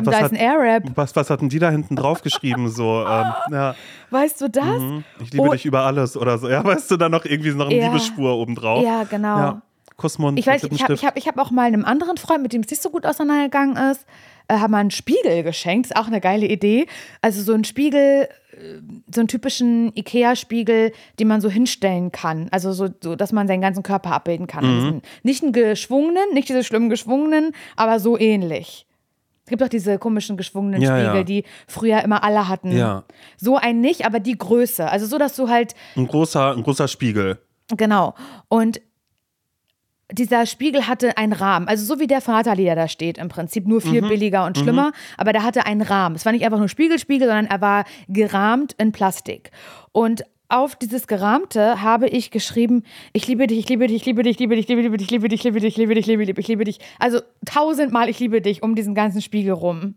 hatten die da hinten drauf geschrieben? So, ja. Weißt du das? Ich liebe dich über alles oder so. Ja, weißt du, da noch irgendwie noch eine Liebesspur obendrauf. Ja, genau. Ja. Kussmund. Ich weiß, ich hab auch mal einem anderen Freund, mit dem es nicht so gut auseinandergegangen ist, haben wir einen Spiegel geschenkt. Ist auch eine geile Idee. Also so ein Spiegel, so einen typischen Ikea-Spiegel, den man so hinstellen kann. Also so, dass man seinen ganzen Körper abbilden kann. Nicht einen geschwungenen, nicht diese schlimmen geschwungenen, aber so ähnlich. Es gibt auch diese komischen geschwungenen Spiegel, die früher immer alle hatten. Ja. So ein nicht, aber die Größe. Also so, dass du halt... Ein großer Spiegel. Genau. Und dieser Spiegel hatte einen Rahmen, also so wie der von Natalie, der da steht, im Prinzip nur viel billiger und schlimmer, aber der hatte einen Rahmen. Es war nicht einfach nur Spiegel, sondern er war gerahmt in Plastik. Und auf dieses Gerahmte habe ich geschrieben, ich liebe dich, ich liebe dich, ich liebe dich, ich liebe dich, ich liebe dich, ich liebe dich, ich liebe dich, ich liebe dich, ich liebe dich, ich liebe dich. Also 1000-mal ich liebe dich um diesen ganzen Spiegel rum.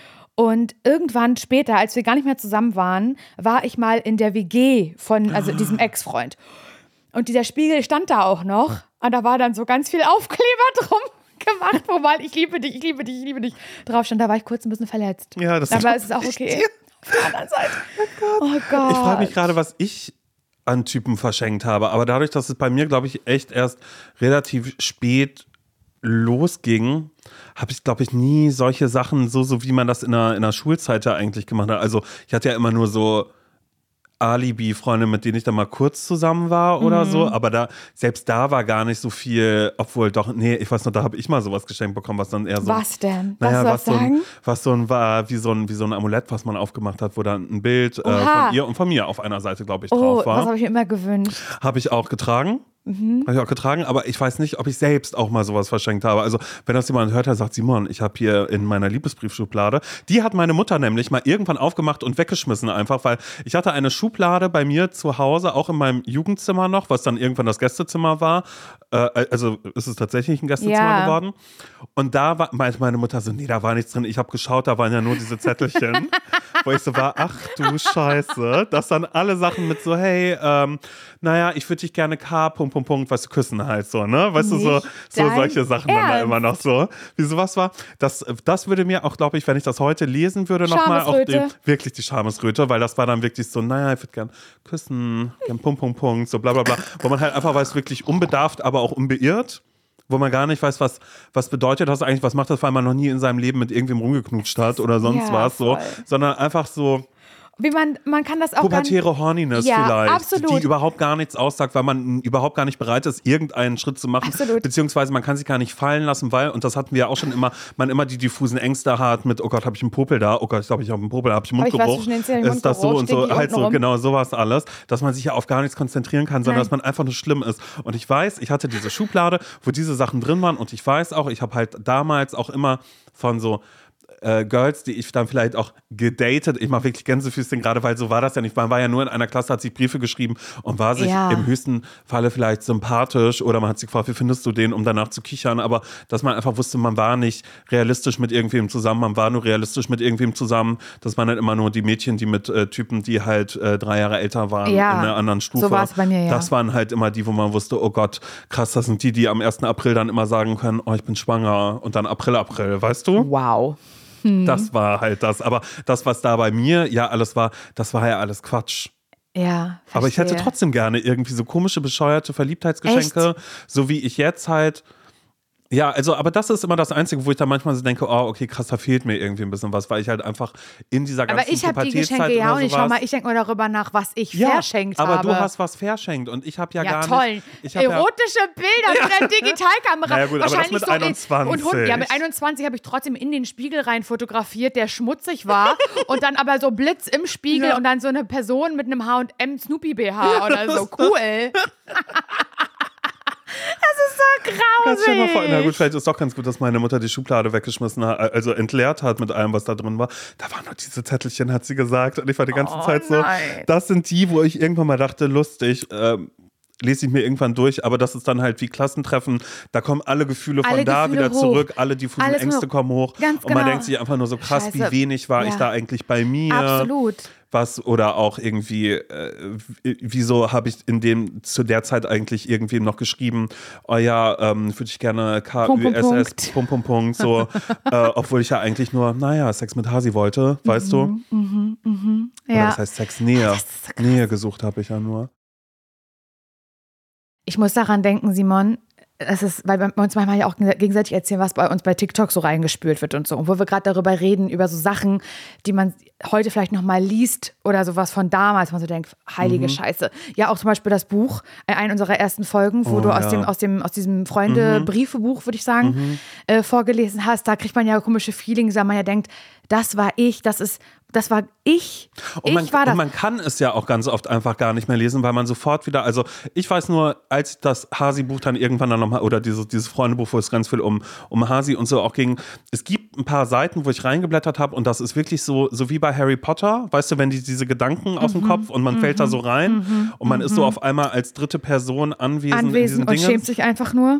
Und irgendwann später, als wir gar nicht mehr zusammen waren, war ich mal in der WG von diesem Ex-Freund. Und dieser Spiegel stand da auch noch. Und da war dann so ganz viel Aufkleber drum gemacht, wo mal ich liebe dich, ich liebe dich, ich liebe dich drauf stand. Da war ich kurz ein bisschen verletzt. Ja, das aber es ist auch okay. Auf der anderen Seite. Oh Gott. Ich frage mich gerade, was ich an Typen verschenkt habe. Aber dadurch, dass es bei mir, glaube ich, echt erst relativ spät losging, habe ich, glaube ich, nie solche Sachen, so wie man das in der Schulzeit ja eigentlich gemacht hat. Also ich hatte ja immer nur so Alibi-Freunde, mit denen ich dann mal kurz zusammen war oder so, aber selbst da war gar nicht so viel, obwohl doch, nee, ich weiß noch, da habe ich mal sowas geschenkt bekommen, was dann eher so... Was denn? Naja, was war wie so ein Amulett, was man aufgemacht hat, wo dann ein Bild von ihr und von mir auf einer Seite, glaube ich, drauf war. Das habe ich mir immer gewünscht. Habe ich auch getragen. Habe ich auch getragen, aber ich weiß nicht, ob ich selbst auch mal sowas verschenkt habe. Also, wenn das jemand hört, der sagt, Simon, ich habe hier in meiner Liebesbriefschublade, die hat meine Mutter nämlich mal irgendwann aufgemacht und weggeschmissen einfach, weil ich hatte eine Schublade bei mir zu Hause, auch in meinem Jugendzimmer noch, was dann irgendwann das Gästezimmer war. Also ist es tatsächlich ein Gästezimmer geworden. Und da meinte meine Mutter so, nee, da war nichts drin. Ich habe geschaut, da waren ja nur diese Zettelchen. Wo ich so war, ach du Scheiße. Das dann alle Sachen mit so, hey, naja, ich würde dich gerne weißt du, küssen halt so, ne? Weißt du, so solche Sachen dann da immer noch so. Wie sowas war. Das würde mir auch, glaube ich, wenn ich das heute lesen würde, nochmal auch wirklich die Schamesröte, weil das war dann wirklich so, naja, ich würde gern küssen, gern so bla bla bla. Wo man halt einfach weiß, wirklich unbedarft, aber auch unbeirrt. Wo man gar nicht weiß, was bedeutet das eigentlich, was macht das, weil man noch nie in seinem Leben mit irgendwem rumgeknutscht hat oder sonst was so, sondern einfach so wie man kann das auch pubertäre Horniness vielleicht, absolut. Die überhaupt gar nichts aussagt, weil man überhaupt gar nicht bereit ist, irgendeinen Schritt zu machen, beziehungsweise man kann sich gar nicht fallen lassen, weil, und das hatten wir ja auch schon immer, man immer die diffusen Ängste hat mit, oh Gott, habe ich einen Popel da, oh Gott, ich glaube, ich habe einen Popel, habe ich Mundgeruch, ist das so und so, halt so, genau, sowas alles, dass man sich ja auf gar nichts konzentrieren kann, sondern dass man einfach nur schlimm ist. Und ich weiß, ich hatte diese Schublade, wo diese Sachen drin waren und ich weiß auch, ich habe halt damals auch immer von so Girls, die ich dann vielleicht auch gedatet, ich mache wirklich Gänsefüßchen gerade, weil so war das ja nicht. Man war ja nur in einer Klasse, hat sich Briefe geschrieben und war sich im höchsten Falle vielleicht sympathisch oder man hat sich gefragt, wie findest du den, um danach zu kichern, aber dass man einfach wusste, man war nicht realistisch mit irgendwem zusammen, man war nur realistisch mit irgendwem zusammen, das waren halt immer nur die Mädchen, die mit Typen, die halt 3 Jahre älter waren, in einer anderen Stufe. So war es bei mir, Das waren halt immer die, wo man wusste, oh Gott, krass, das sind die am 1. April dann immer sagen können, oh, ich bin schwanger und dann April, weißt du? Wow. Das war halt das. Aber das, was da bei mir ja alles war, das war ja alles Quatsch. Ja, verstehe. Aber ich hätte trotzdem gerne irgendwie so komische, bescheuerte Verliebtheitsgeschenke, so wie ich jetzt halt. Ja, also, aber das ist immer das Einzige, wo ich dann manchmal so denke, oh, okay, krass, da fehlt mir irgendwie ein bisschen was, weil ich halt einfach in dieser ganzen Pubertätszeit. Aber ich habe die Geschenke ja auch nicht. Schau mal, ich denke mal darüber nach, was ich verschenkt habe. Aber du hast was verschenkt und ich habe ja gar toll. nicht. Erotische Bilder mit einer Digitalkamera. Ja, gut, wahrscheinlich aber das mit so 21. mit 21 habe ich trotzdem in den Spiegel rein fotografiert, der schmutzig war und dann aber so Blitz im Spiegel und dann so eine Person mit einem H&M Snoopy BH oder so. Cool. Das ist so grausig. Na gut, vielleicht ist doch ganz gut, dass meine Mutter die Schublade weggeschmissen hat, also entleert hat mit allem, was da drin war. Da waren nur diese Zettelchen, hat sie gesagt. Und ich war die ganze Zeit so, das sind die, wo ich irgendwann mal dachte, lustig, lese ich mir irgendwann durch, aber das ist dann halt wie Klassentreffen, da kommen alle Gefühle von alle da Gefühle wieder hoch. zurück, alle diffusen Alles Ängste kommen hoch Ganz und man genau. denkt sich einfach nur so krass, Scheiße. wie wenig war ich da eigentlich bei mir. Absolut. Was oder auch irgendwie, wieso habe ich zu der Zeit eigentlich irgendwie noch geschrieben, oh ja, würde ich gerne KÜSS, so, obwohl ich ja eigentlich nur, Sex mit Hasi wollte, weißt du? Ja. Oder das heißt Sexnähe. Nähe gesucht habe ich ja nur. Ich muss daran denken, Simon, es ist, weil wir uns manchmal ja auch gegenseitig erzählen, was bei uns bei TikTok so reingespült wird und so. Und wo wir gerade darüber reden, über so Sachen, die man heute vielleicht nochmal liest oder sowas von damals, man so denkt, heilige Scheiße. Ja, auch zum Beispiel das Buch, eine unserer ersten Folgen, wo du aus diesem Freunde-Briefe-Buch, würde ich sagen, vorgelesen hast. Da kriegt man ja komische Feelings, weil man ja denkt, das war ich, das war ich. Und man kann es ja auch ganz oft einfach gar nicht mehr lesen, weil man sofort wieder, also ich weiß nur, als das Hasi-Buch dann irgendwann dann nochmal, oder dieses Freundebuch, wo es ganz viel um Hasi und so auch ging, es gibt ein paar Seiten, wo ich reingeblättert habe und das ist wirklich so wie bei Harry Potter, weißt du, wenn diese Gedanken aus dem Kopf und man fällt da so rein und man ist so auf einmal als dritte Person anwesend in diesen Dingen. Und schämt sich einfach nur.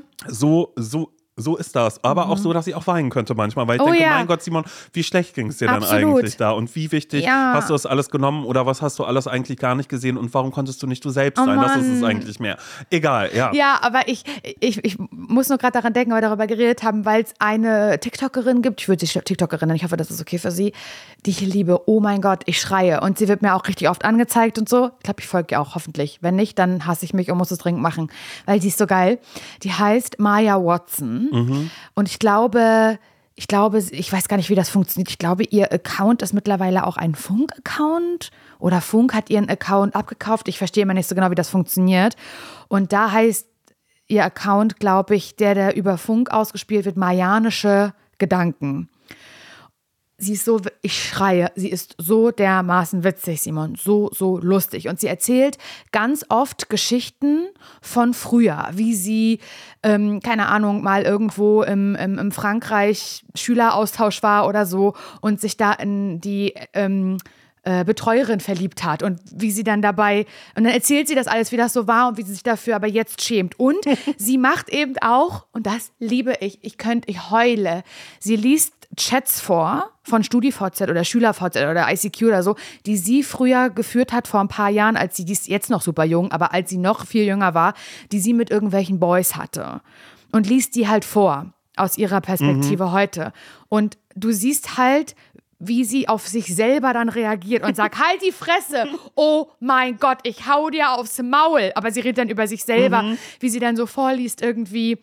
So ist das. Aber auch so, dass ich auch weinen könnte manchmal, weil ich denke, mein Gott, Simon, wie schlecht ging es dir denn eigentlich da? Und wie wichtig hast du das alles genommen oder was hast du alles eigentlich gar nicht gesehen und warum konntest du nicht du selbst sein? Mann. Das ist es eigentlich mehr. Egal, ja. Ja, aber ich muss nur gerade daran denken, weil wir darüber geredet haben, weil es eine TikTokerin gibt, ich würde sie TikTokerin nennen, ich hoffe, das ist okay für sie, die ich liebe. Oh mein Gott, ich schreie. Und sie wird mir auch richtig oft angezeigt und so. Ich glaube, ich folge ihr auch hoffentlich. Wenn nicht, dann hasse ich mich und muss es dringend machen, weil sie ist so geil. Die heißt Maya Watson. Und ich glaube, ich weiß gar nicht, wie das funktioniert. Ich glaube, ihr Account ist mittlerweile auch ein Funk-Account oder Funk hat ihren Account abgekauft. Ich verstehe immer nicht so genau, wie das funktioniert. Und da heißt ihr Account, glaube ich, der über Funk ausgespielt wird, Marianische Gedanken. Sie ist so, ich schreie, sie ist so dermaßen witzig, Simon, so lustig. Und sie erzählt ganz oft Geschichten von früher, wie sie, keine Ahnung, mal irgendwo im Frankreich Schüleraustausch war oder so und sich da in die Betreuerin verliebt hat und wie sie dann dabei, und dann erzählt sie das alles, wie das so war und wie sie sich dafür aber jetzt schämt. Und sie macht eben auch, und das liebe ich heule, sie liest Chats vor von StudiVZ oder SchülerVZ oder ICQ oder so, die sie früher geführt hat vor ein paar Jahren, die ist jetzt noch super jung, aber als sie noch viel jünger war, die sie mit irgendwelchen Boys hatte. Und liest die halt vor, aus ihrer Perspektive heute. Und du siehst halt, wie sie auf sich selber dann reagiert und sagt, halt die Fresse, oh mein Gott, ich hau dir aufs Maul. Aber sie redet dann über sich selber, wie sie dann so vorliest irgendwie,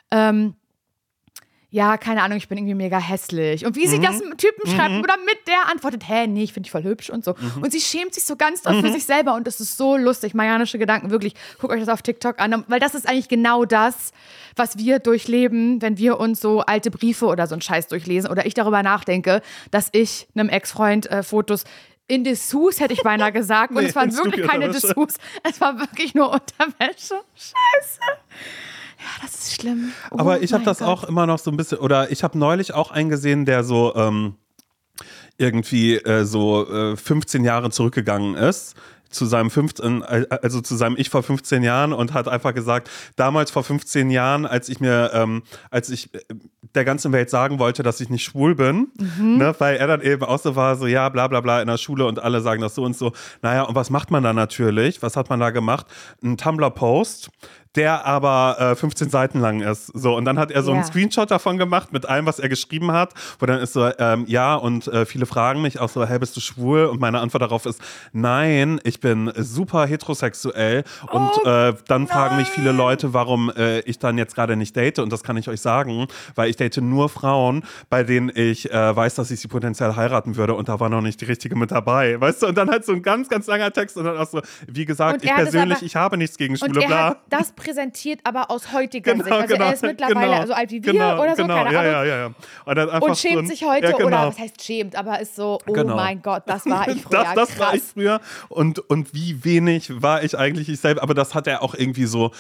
ja, keine Ahnung, ich bin irgendwie mega hässlich. Und wie sie das mit Typen schreibt oder mit der antwortet, nee, ich finde dich voll hübsch und so. Und sie schämt sich so ganz doll für sich selber und das ist so lustig. Marianische Gedanken, wirklich, guckt euch das auf TikTok an, weil das ist eigentlich genau das, was wir durchleben, wenn wir uns so alte Briefe oder so einen Scheiß durchlesen oder ich darüber nachdenke, dass ich einem Ex-Freund Fotos in Dessous, hätte ich beinahe gesagt. Und es waren wirklich keine Dessous. Es war wirklich nur Unterwäsche. Scheiße. Ja, das ist schlimm. Oh, aber ich habe das auch immer noch so ein bisschen, oder ich habe neulich auch einen gesehen, der so irgendwie 15 Jahre zurückgegangen ist. Zu seinem Ich vor 15 Jahren und hat einfach gesagt, damals vor 15 Jahren, als ich der ganzen Welt sagen wollte, dass ich nicht schwul bin, ne, weil er dann eben auch so war, so ja, bla bla bla in der Schule und alle sagen das so und so. Naja, und was macht man da natürlich? Was hat man da gemacht? Ein Tumblr-Post, der aber 15 Seiten lang ist. So, und dann hat er so einen Screenshot davon gemacht mit allem, was er geschrieben hat, wo dann ist so, ja, und viele fragen mich auch so, hey, bist du schwul? Und meine Antwort darauf ist, nein, ich bin super heterosexuell. Und dann fragen mich viele Leute, warum ich dann jetzt gerade nicht date. Und das kann ich euch sagen, weil ich date nur Frauen, bei denen ich weiß, dass ich sie potenziell heiraten würde. Und da war noch nicht die richtige mit dabei. Weißt du? Und dann halt so ein ganz, ganz langer Text und dann auch so, wie gesagt, ich persönlich, ich habe nichts gegen Schwule, bla. Das präsentiert, aber aus heutiger Sicht. Also er ist mittlerweile so alt wie wir oder so, keine Ahnung. Ja. Und schämt sich heute, oder was heißt schämt, aber ist so, mein Gott, das war ich früher. Das war ich früher. Und wie wenig war ich eigentlich ich selbst. Aber das hat er auch irgendwie so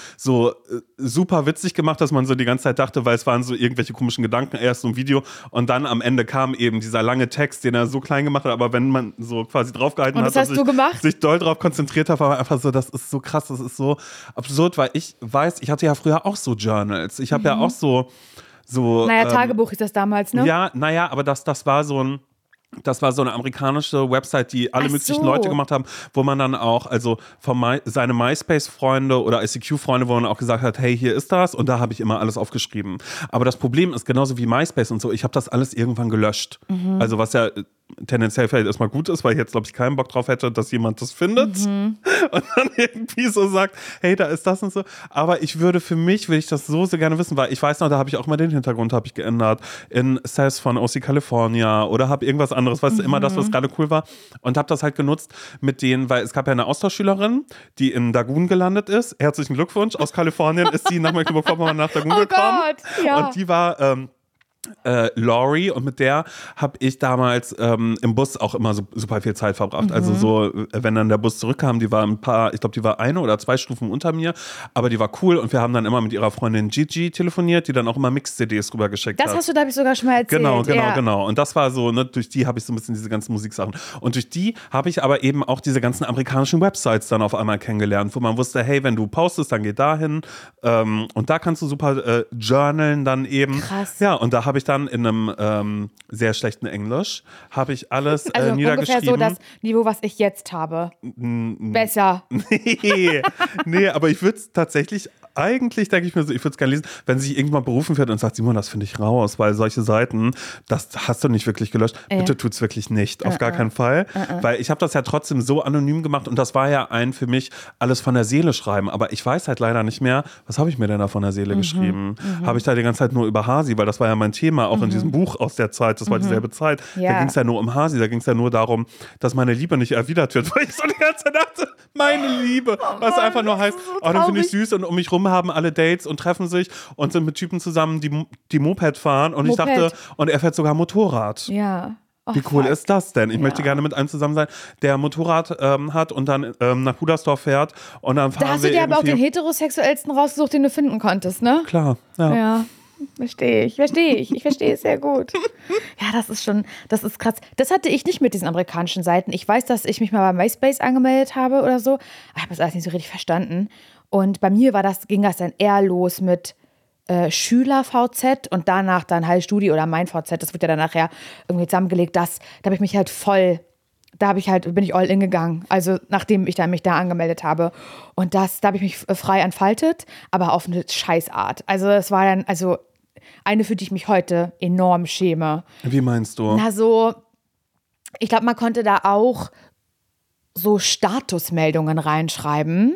super witzig gemacht, dass man so die ganze Zeit dachte, weil es waren so irgendwelche komischen Gedanken, erst so ein Video und dann am Ende kam eben dieser lange Text, den er so klein gemacht hat, aber wenn man so quasi draufgehalten hat und sich doll drauf konzentriert hat, war einfach so, das ist so krass, das ist so absurd, weil ich weiß, ich hatte ja früher auch so Journals. Ich habe ja auch so Tagebuch ist das damals, ne? Ja, aber das war so ein Das war so eine amerikanische Website, die alle möglichen Leute gemacht haben, wo man dann auch, also seine MySpace-Freunde oder ICQ-Freunde, wo man auch gesagt hat, hey, hier ist das, und da habe ich immer alles aufgeschrieben. Aber das Problem ist, genauso wie MySpace und so, ich habe das alles irgendwann gelöscht. Mhm. Also was ja tendenziell vielleicht erstmal gut ist, weil ich jetzt, glaube ich, keinen Bock drauf hätte, dass jemand das findet und dann irgendwie so sagt, hey, da ist das und so. Aber will ich das so gerne wissen, weil ich weiß noch, da habe ich auch mal den Hintergrund geändert in Seth von OC California oder habe irgendwas anderes, weißt du, immer das, was gerade cool war, und habe das halt genutzt mit denen, weil es gab ja eine Austauschschülerin, die in Dagun gelandet ist. Herzlichen Glückwunsch, aus Kalifornien ist sie nach Mecklenburg-Vorpommern nach Dagun gekommen. Gott, ja. Und die war Laurie, und mit der habe ich damals im Bus auch immer so super viel Zeit verbracht. Also so, wenn dann der Bus zurückkam, die war ich glaube, die war 1 oder 2 Stufen unter mir, aber die war cool, und wir haben dann immer mit ihrer Freundin Gigi telefoniert, die dann auch immer Mix-CDs rübergeschickt hat. Das hast du, da habe ich sogar schon mal erzählt. Genau. Und das war so, ne, durch die habe ich so ein bisschen diese ganzen Musiksachen. Und durch die habe ich aber eben auch diese ganzen amerikanischen Websites dann auf einmal kennengelernt, wo man wusste, hey, wenn du postest, dann geh dahin, und da kannst du super journalen dann eben. Krass. Ja, und da habe ich dann in einem sehr schlechten Englisch, habe ich alles niedergeschrieben. Ungefähr so das Niveau, was ich jetzt habe. Besser. Nee, aber ich würde es tatsächlich, eigentlich denke ich mir so, ich würde es gerne lesen, wenn sich irgendwann berufen wird und sagt, Simon, das finde ich raus, weil solche Seiten, das hast du nicht wirklich gelöscht. Bitte tut's wirklich nicht, auf gar keinen Fall. Weil ich habe das ja trotzdem so anonym gemacht, und das war ja für mich alles von der Seele schreiben, aber ich weiß halt leider nicht mehr, was habe ich mir denn da von der Seele geschrieben? Habe ich da die ganze Zeit nur über Hasi, weil das war ja mein Thema, auch in diesem Buch aus der Zeit, das war dieselbe Zeit. Ja. Da ging es ja nur um Hasi, da ging es ja nur darum, dass meine Liebe nicht erwidert wird, weil ich so die ganze Zeit dachte, meine Liebe, was einfach nur heißt, dann finde ich süß, und um mich rum haben alle Dates und treffen sich und sind mit Typen zusammen, die Moped fahren, und ich dachte, und er fährt sogar Motorrad. Ja. Oh, wie cool ist das denn? Ich möchte gerne mit einem zusammen sein, der Motorrad hat und dann nach Pudersdorf fährt, und dann fahren wir. Da hast du dir aber auch den heterosexuellsten rausgesucht, den du finden konntest, ne? Klar, ja. Verstehe ich. Ich verstehe es sehr gut. Ja, das ist krass. Das hatte ich nicht mit diesen amerikanischen Seiten. Ich weiß, dass ich mich mal bei MySpace angemeldet habe oder so. Aber ich habe das alles nicht so richtig verstanden. Und bei mir ging das dann eher los mit Schüler-VZ und danach dann halt Studi oder mein VZ. Das wird ja dann nachher irgendwie zusammengelegt. Da habe ich mich halt bin ich all in gegangen. Also nachdem ich mich da angemeldet habe. Und da habe ich mich frei entfaltet, aber auf eine Scheißart. Also es war dann, eine, für die ich mich heute enorm schäme. Wie meinst du? Na so, ich glaube, man konnte da auch so Statusmeldungen reinschreiben.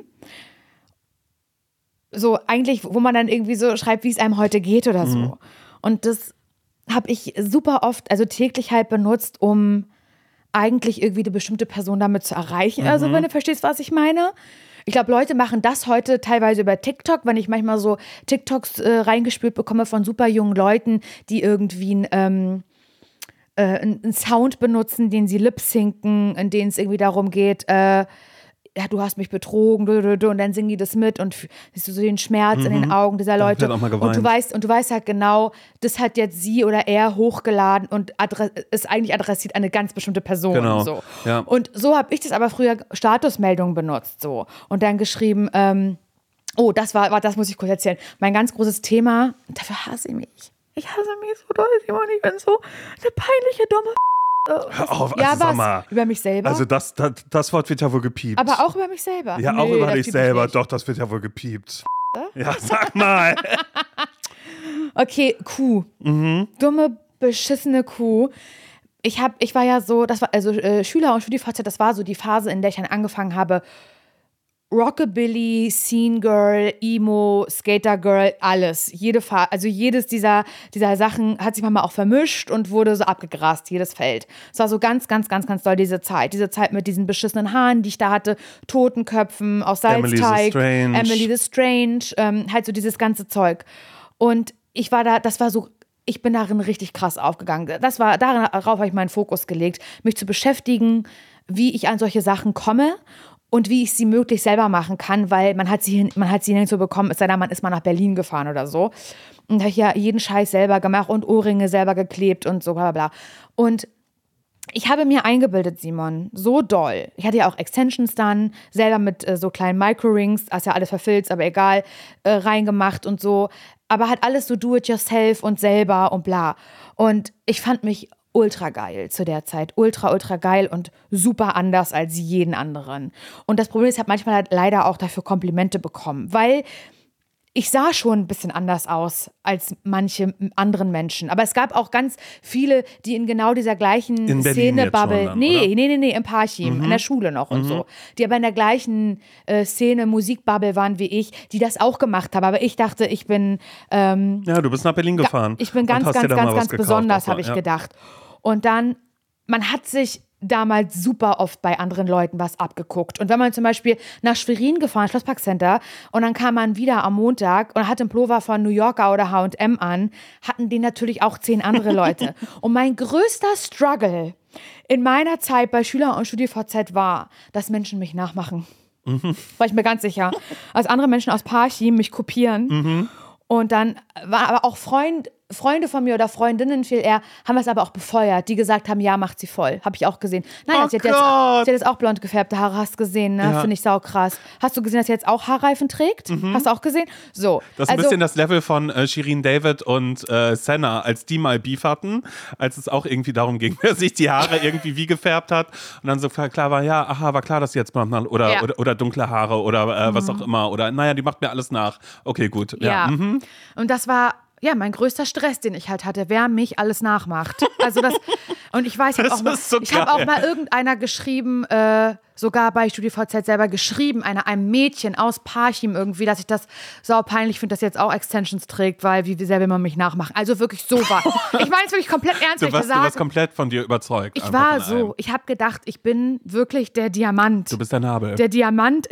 So eigentlich, wo man dann irgendwie so schreibt, wie es einem heute geht oder so. Und das habe ich super oft, also täglich halt benutzt, um eigentlich irgendwie eine bestimmte Person damit zu erreichen. Also wenn du verstehst, was ich meine. Ich glaube, Leute machen das heute teilweise über TikTok, wenn ich manchmal so TikToks reingespült bekomme von super jungen Leuten, die irgendwie einen Sound benutzen, den sie lip-synken, in denen es irgendwie darum geht, ja, du hast mich betrogen, und dann singen die das mit, und siehst du so den Schmerz in den Augen dieser Leute. Auch mal geweint. Und du weißt halt genau, das hat jetzt sie oder er hochgeladen und ist eigentlich adressiert an eine ganz bestimmte Person. Genau. Und so. Ja. Und so habe ich das aber früher Statusmeldungen benutzt, so. Und dann geschrieben, das muss ich kurz erzählen. Mein ganz großes Thema, dafür hasse ich mich. Ich hasse mich so doll, Simon. Ich bin so eine peinliche, dumme Hör auf, ja, sag mal. Über mich selber? Also das Wort wird ja wohl gepiept. Aber auch über mich selber? Ja, auch über dich selber. Doch, das wird ja wohl gepiept. Ja, sag mal. Okay, Kuh. Dumme, beschissene Kuh. Ich war ja so, das war also Schüler- und StudiVZ, das war so die Phase, in der ich dann angefangen habe, Rockabilly, Scene Girl, Emo, Skater Girl, alles. Jedes dieser Sachen hat sich manchmal auch vermischt und wurde so abgegrast, jedes Feld. Es war so ganz, ganz, ganz, ganz doll diese Zeit. Diese Zeit mit diesen beschissenen Haaren, die ich da hatte, Totenköpfen aus Salzteig, Emily the Strange, halt so dieses ganze Zeug. Und ich bin darin richtig krass aufgegangen. Darauf habe ich meinen Fokus gelegt, mich zu beschäftigen, wie ich an solche Sachen komme und wie ich sie möglichst selber machen kann, weil man hat sie nirgendwo bekommen, es sei denn, man ist mal nach Berlin gefahren oder so. Und habe ich ja jeden Scheiß selber gemacht und Ohrringe selber geklebt und so bla bla. Und ich habe mir eingebildet, Simon, so doll. Ich hatte ja auch Extensions dann, selber mit so kleinen Micro-Rings, hast ja alles verfilzt, aber egal, reingemacht und so. Aber halt alles so do-it-yourself und selber und bla. Und ich fand mich ultra geil zu der Zeit. Ultra, ultra geil und super anders als jeden anderen. Und das Problem ist, ich habe manchmal halt leider auch dafür Komplimente bekommen, weil ich sah schon ein bisschen anders aus als manche anderen Menschen. Aber es gab auch ganz viele, die in genau dieser gleichen Szene-Bubble. Nee, im Parchim, in der Schule noch und so. Die aber in der gleichen Szene, Musikbubble waren wie ich, die das auch gemacht haben. Aber ich dachte, ich bin. Ja, du bist nach Berlin gefahren. Ich bin ganz besonders, habe ich gedacht. Und dann, man hat sich damals super oft bei anderen Leuten was abgeguckt. Und wenn man zum Beispiel nach Schwerin gefahren, Schlosspark Center, und dann kam man wieder am Montag und hatte einen Pullover von New Yorker oder H&M an, hatten die natürlich auch 10 andere Leute. Und mein größter Struggle in meiner Zeit bei Schüler- und StudiVZ war, dass Menschen mich nachmachen. War ich mir ganz sicher. Als andere Menschen aus Parchim mich kopieren. Und dann war aber auch Freunde von mir oder Freundinnen viel eher, haben es aber auch befeuert, die gesagt haben, ja, macht sie voll. Habe ich auch gesehen. Naja, sie hat jetzt auch blond gefärbte Haare, hast du gesehen, ne? Ja. Finde ich saukrass. Hast du gesehen, dass sie jetzt auch Haarreifen trägt? Hast du auch gesehen? So. Das ist ein bisschen das Level von Shirin David und Senna, als die mal Beef hatten, als es auch irgendwie darum ging, wer sich die Haare irgendwie wie gefärbt hat. Und dann so klar war, ja, aha, war klar, dass sie jetzt blond hat oder dunkle Haare oder was auch immer. Oder naja, die macht mir alles nach. Okay, gut. Ja. Und das war mein größter Stress, den ich halt hatte, wer mich alles nachmacht. Also und ich weiß, ich habe auch mal irgendeiner geschrieben, sogar bei StudiVZ selber geschrieben, einem Mädchen aus Parchim irgendwie, dass ich das saupeinlich finde, dass sie jetzt auch Extensions trägt, weil wie sehr will man mich nachmachen. Also wirklich so war. Ich meine es wirklich komplett ernst, du warst komplett von dir überzeugt. Ich war so. Ich habe gedacht, ich bin wirklich der Diamant. Du bist der Nabel. Der Diamant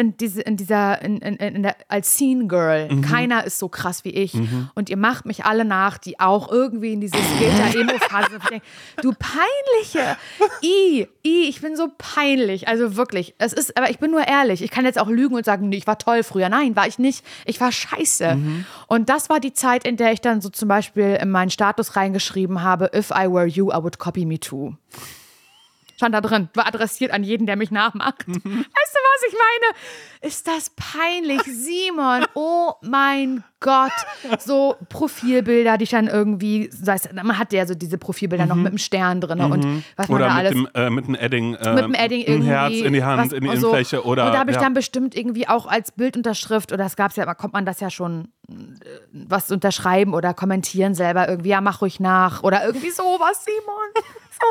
als Scene Girl. Keiner ist so krass wie ich. Und ihr macht mich alle nach, die auch irgendwie in diese Skater-Emo-Phase denken. Du Peinliche. Ich bin so peinlich. Also wirklich. Aber ich bin nur ehrlich. Ich kann jetzt auch lügen und sagen, nee, ich war toll früher. Nein, war ich nicht. Ich war scheiße. Und das war die Zeit, in der ich dann so zum Beispiel in meinen Status reingeschrieben habe, if I were you, I would copy me too. Stand da drin, war adressiert an jeden, der mich nachmacht. Weißt du, was ich meine? Ist das peinlich, Simon? Oh mein Gott. So Profilbilder, die ich dann irgendwie, man hatte ja so diese Profilbilder noch mit einem Stern drin und was man oder da alles. Mit einem Edding. Mit einem Edding irgendwie. Ein Herz in die Hand, in die Innenfläche. So. Oder, und da habe ich dann bestimmt irgendwie auch als Bildunterschrift, oder das gab es ja, konnte man das ja schon was unterschreiben oder kommentieren selber irgendwie, ja, mach ruhig nach oder irgendwie sowas, Simon.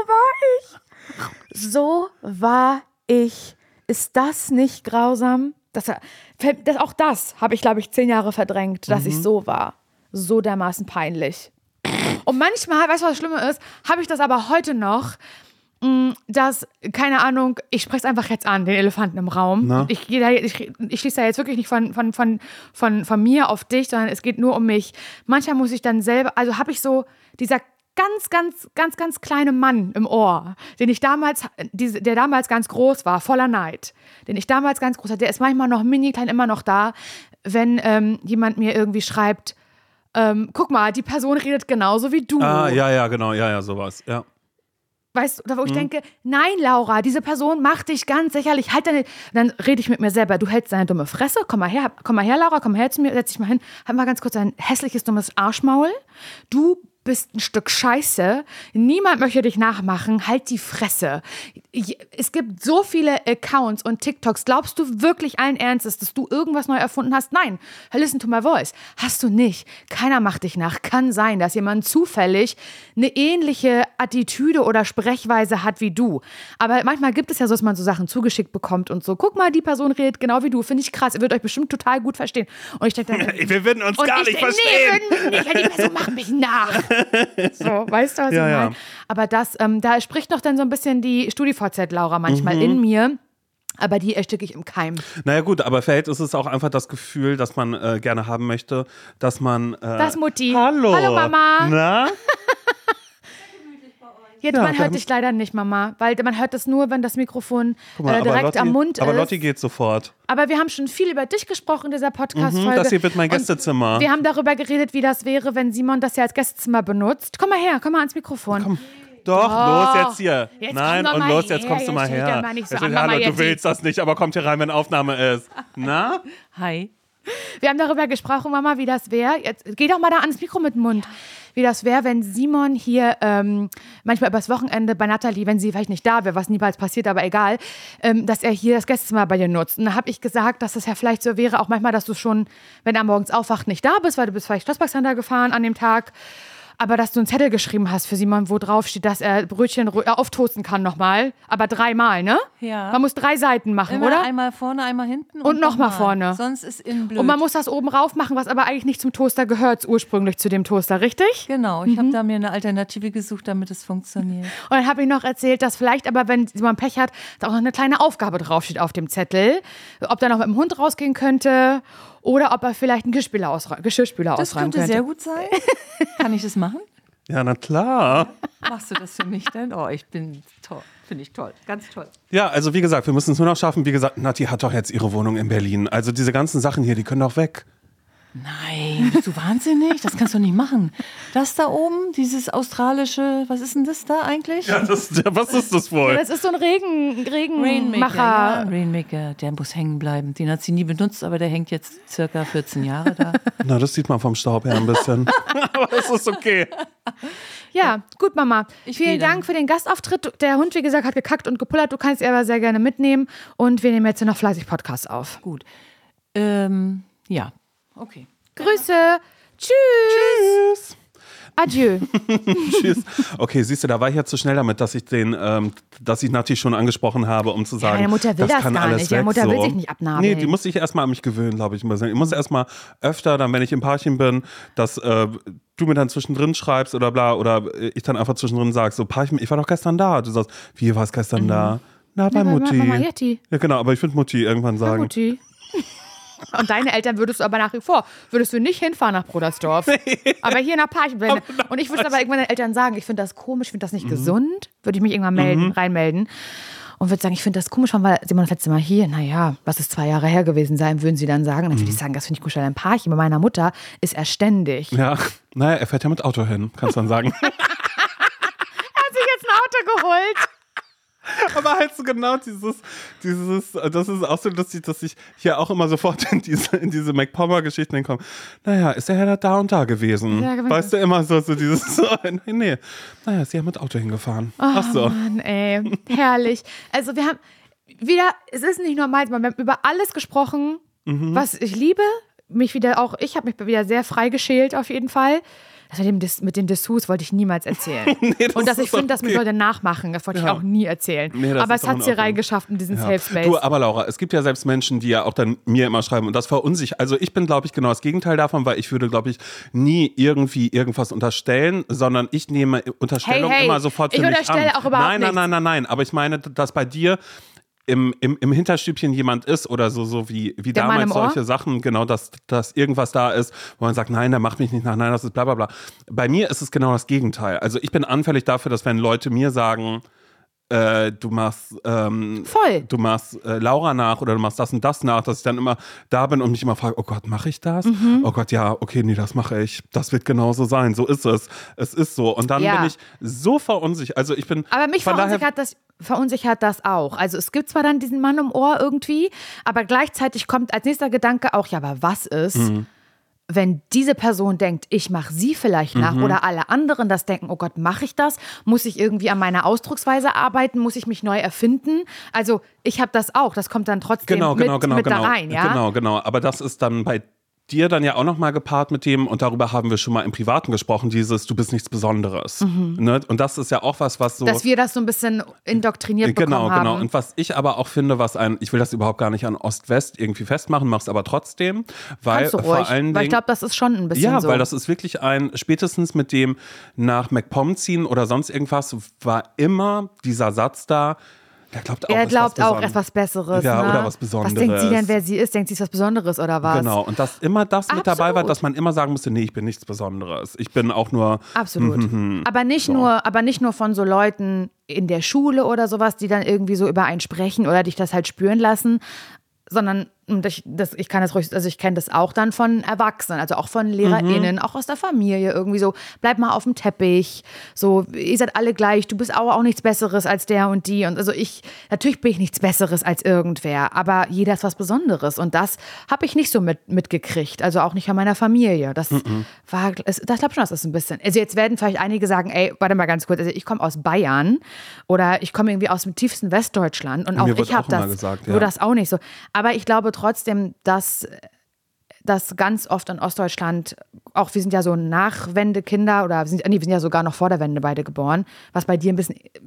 So war ich. Ist das nicht grausam? Auch das habe ich, glaube ich, 10 Jahre verdrängt, dass ich so war. So dermaßen peinlich. Und manchmal, weißt du, was das Schlimme ist? Habe ich das aber heute noch, dass, keine Ahnung, ich spreche es einfach jetzt an, den Elefanten im Raum. Ich schließe da jetzt wirklich nicht von mir auf dich, sondern es geht nur um mich. Manchmal muss ich dann selber, also habe ich so dieser ganz kleine Mann im Ohr, der damals ganz groß war, voller Neid, den ich damals ganz groß hatte, der ist manchmal noch mini klein immer noch da, wenn jemand mir irgendwie schreibt, guck mal, die Person redet genauso wie du. Ja, genau, sowas, ja. Weißt du, wo ich denke, nein, Laura, diese Person macht dich ganz sicherlich, dann rede ich mit mir selber, du hältst deine dumme Fresse, komm mal her, Laura, komm her zu mir, setz dich mal hin, halt mal ganz kurz ein hässliches, dummes Arschmaul, du bist ein Stück Scheiße, niemand möchte dich nachmachen, halt die Fresse. Es gibt so viele Accounts und TikToks. Glaubst du wirklich allen Ernstes, dass du irgendwas neu erfunden hast? Nein, listen to my voice. Hast du nicht. Keiner macht dich nach. Kann sein, dass jemand zufällig eine ähnliche Attitüde oder Sprechweise hat wie du. Aber manchmal gibt es ja so, dass man so Sachen zugeschickt bekommt und so. Guck mal, die Person redet genau wie du. Finde ich krass. Ihr würdet euch bestimmt total gut verstehen. Und ich denke dann, wir würden uns gar nicht verstehen. Nee, würden nicht. Die Person macht mich nach. So, weißt du, was ich meine? Ja. Aber da spricht doch dann so ein bisschen die StudiVZ-Laura manchmal in mir. Aber die ersticke ich im Keim. Naja gut, aber vielleicht ist es auch einfach das Gefühl, dass man gerne haben möchte, dass man... das Mutti. Hallo. Hallo Mama. Na? Jetzt, man hört dich leider nicht, Mama, weil man hört das nur, wenn das Mikrofon direkt am Mund ist. Aber Lotti geht sofort. Aber wir haben schon viel über dich gesprochen in dieser Podcast-Folge. Das hier wird mein Gästezimmer. Und wir haben darüber geredet, wie das wäre, wenn Simon das ja als Gästezimmer benutzt. Komm mal her, komm mal ans Mikrofon. Komm. Doch, los jetzt hier. Jetzt Nein, und los, jetzt kommst du mal her. Hallo, du willst das nicht, aber kommt hier rein, wenn Aufnahme ist. Na? Hi. Wir haben darüber gesprochen, Mama, wie das wäre. Jetzt geh doch mal da ans Mikro mit dem Mund. Wie das wäre, wenn Simon hier manchmal übers Wochenende bei Nathalie, wenn sie vielleicht nicht da wäre, was niemals passiert, aber egal, dass er hier das Gästezimmer bei dir nutzt. Und da habe ich gesagt, dass das ja vielleicht so wäre, auch manchmal, dass du schon, wenn er morgens aufwacht, nicht da bist, weil du bist vielleicht Schlossberg gefahren an dem Tag. Aber dass du einen Zettel geschrieben hast für Simon, wo drauf steht, dass er Brötchen auftoasten kann nochmal. Aber 3-mal, ne? Ja. Man muss 3 Seiten machen, immer oder? Einmal vorne, einmal hinten. Und nochmal vorne. Sonst ist innen blöd. Und man muss das oben rauf machen, was aber eigentlich nicht zum Toaster gehört, ursprünglich zu dem Toaster, richtig? Genau, ich habe da mir eine Alternative gesucht, damit es funktioniert. Und dann habe ich noch erzählt, dass vielleicht aber, wenn Simon Pech hat, da auch noch eine kleine Aufgabe draufsteht auf dem Zettel. Ob da noch mit dem Hund rausgehen könnte oder ob er vielleicht einen Geschirrspüler ausräumen könnte. Das könnte sehr gut sein. Kann ich das machen? Ja, na klar. Machst du das für mich denn? Oh, ich bin toll. Finde ich toll. Ganz toll. Ja, also wie gesagt, wir müssen es nur noch schaffen. Wie gesagt, Nati hat doch jetzt ihre Wohnung in Berlin. Also diese ganzen Sachen hier, die können doch weg. Nein, bist du wahnsinnig? Das kannst du nicht machen. Das da oben, dieses australische, was ist denn das da eigentlich? Ja, was ist das wohl? Ja, das ist so ein Regenmacher. Ja, Rainmaker, der muss hängen bleiben. Den hat sie nie benutzt, aber der hängt jetzt circa 14 Jahre da. Na, das sieht man vom Staub her ein bisschen. Aber das ist okay. Ja, gut, Mama. Vielen Dank für den Gastauftritt. Der Hund, wie gesagt, hat gekackt und gepullert. Du kannst ihn aber sehr gerne mitnehmen. Und wir nehmen jetzt noch fleißig Podcasts auf. Gut. Ja. Okay. Grüße. Tschüss. Adieu. Tschüss. Okay, siehst du, da war ich jetzt zu schnell damit, dass ich Nati schon angesprochen habe, um zu sagen, deine Mutter will das kann gar alles nicht. weg, Deine Mutter so. will sich nicht abnabeln. Nee, die muss sich erstmal an mich gewöhnen, glaube ich. Ich muss erstmal öfter, dann wenn ich im Paarchen bin, dass du mir dann zwischendrin schreibst oder bla, oder ich dann einfach zwischendrin sag, so Paarchen, ich war doch gestern da. Du sagst, wie, warst gestern da? Na, bei Mutti. Mama Yeti. Ja, genau, aber ich würde Mutti irgendwann sagen. Ja, Mutti. Und deine Eltern würdest du aber nach wie vor, nicht hinfahren nach Brudersdorf. Nee. Aber hier nach Parchim. Und ich würde aber irgendwann den Eltern sagen, ich finde das komisch, ich finde das nicht gesund. Würde ich mich irgendwann reinmelden. Und würde sagen, ich finde das komisch, wann war Simon das letzte Mal hier? Naja, was ist 2 Jahre her gewesen sein, würden sie dann sagen. Und dann würde ich sagen, das finde ich komisch, weil ein Parchim bei meiner Mutter ist er ständig. Ja, naja, er fährt ja mit Auto hin, kannst du dann sagen. Er hat sich jetzt ein Auto geholt. Aber halt so genau das ist auch so lustig, dass ich hier auch immer sofort in diese McPommer-Geschichten hinkomme. Naja, ist er ja da und da gewesen. Ja, weißt du, immer so dieses, nee. Naja, ist ja mit Auto hingefahren. Oh, ach so. Mann, ey, herrlich. Also wir haben wieder, es ist nicht normal, wir haben über alles gesprochen, was ich liebe. Ich habe mich wieder sehr frei geschält auf jeden Fall. Das mit den Dessous wollte ich niemals erzählen. Nee, und dass ich finde, dass mir Leute nachmachen, das wollte ich auch nie erzählen. Nee, aber es hat es hier reingeschafft in diesen Safe Space. Du, aber Laura, es gibt ja selbst Menschen, die ja auch dann mir immer schreiben und das verunsichert. Also ich bin, glaube ich, genau das Gegenteil davon, weil ich würde, glaube ich, nie irgendwie irgendwas unterstellen, sondern ich nehme Unterstellung immer sofort für mich an. Ich unterstelle auch überhaupt nichts. Nein. Aber ich meine, dass bei dir im Hinterstübchen jemand ist oder so wie damals solche Sachen, genau, dass irgendwas da ist, wo man sagt, nein, der macht mich nicht nach, nein, das ist bla bla bla. Bei mir ist es genau das Gegenteil. Also ich bin anfällig dafür, dass wenn Leute mir sagen, du machst Laura nach oder du machst das und das nach, dass ich dann immer da bin und mich immer frage, oh Gott, mache ich das? Oh Gott, ja, okay, nee, das mache ich. Das wird genauso sein, so ist es. Es ist so. Und dann bin ich so verunsichert. Also ich bin. Aber mich verunsichert das auch. Also es gibt zwar dann diesen Mann im Ohr irgendwie, aber gleichzeitig kommt als nächster Gedanke auch, ja, aber was ist, wenn diese Person denkt, ich mache sie vielleicht nach oder alle anderen das denken, oh Gott, mache ich das? Muss ich irgendwie an meiner Ausdrucksweise arbeiten? Muss ich mich neu erfinden? Also ich habe das auch, das kommt dann trotzdem mit da rein. Ja? Genau, aber das ist dann bei dir dann ja auch nochmal gepaart mit dem, und darüber haben wir schon mal im Privaten gesprochen, dieses, du bist nichts Besonderes. Ne? Und das ist ja auch was so... Dass wir das so ein bisschen indoktriniert bekommen haben. Genau. Und was ich aber auch finde, ich will das überhaupt gar nicht an Ost-West irgendwie festmachen, mach's aber trotzdem. Weil Kannst du ruhig, vor allen Dingen, weil ich glaube, das ist schon ein bisschen so. Ja, weil das ist wirklich spätestens mit dem nach MacPom ziehen oder sonst irgendwas, war immer dieser Satz da, er glaubt auch etwas Besseres. Ja, ne? oder was Besonderes. Was denkt sie denn, wer sie ist? Denkt sie, ist was Besonderes oder was? Genau, und dass immer das mit dabei war, dass man immer sagen musste, nee, ich bin nichts Besonderes. Ich bin auch nur... Absolut. Aber nicht nur von so Leuten in der Schule oder sowas, die dann irgendwie so über einen sprechen oder dich das halt spüren lassen, sondern ich kenne das auch dann von Erwachsenen, also auch von LehrerInnen, auch aus der Familie irgendwie so, bleib mal auf dem Teppich, so, ihr seid alle gleich, du bist auch nichts Besseres als der und die und also natürlich bin ich nichts Besseres als irgendwer, aber jeder ist was Besonderes und das habe ich nicht so mitgekriegt, also auch nicht von meiner Familie, das war, das glaube schon, das ist ein bisschen, also jetzt werden vielleicht einige sagen, ey, warte mal ganz kurz, also ich komme aus Bayern oder ich komme irgendwie aus dem tiefsten Westdeutschland und auch ich habe das auch nicht so, aber ich glaube trotzdem, dass das ganz oft in Ostdeutschland, auch wir sind ja so Nachwendekinder oder wir sind ja sogar noch vor der Wende beide geboren, was bei dir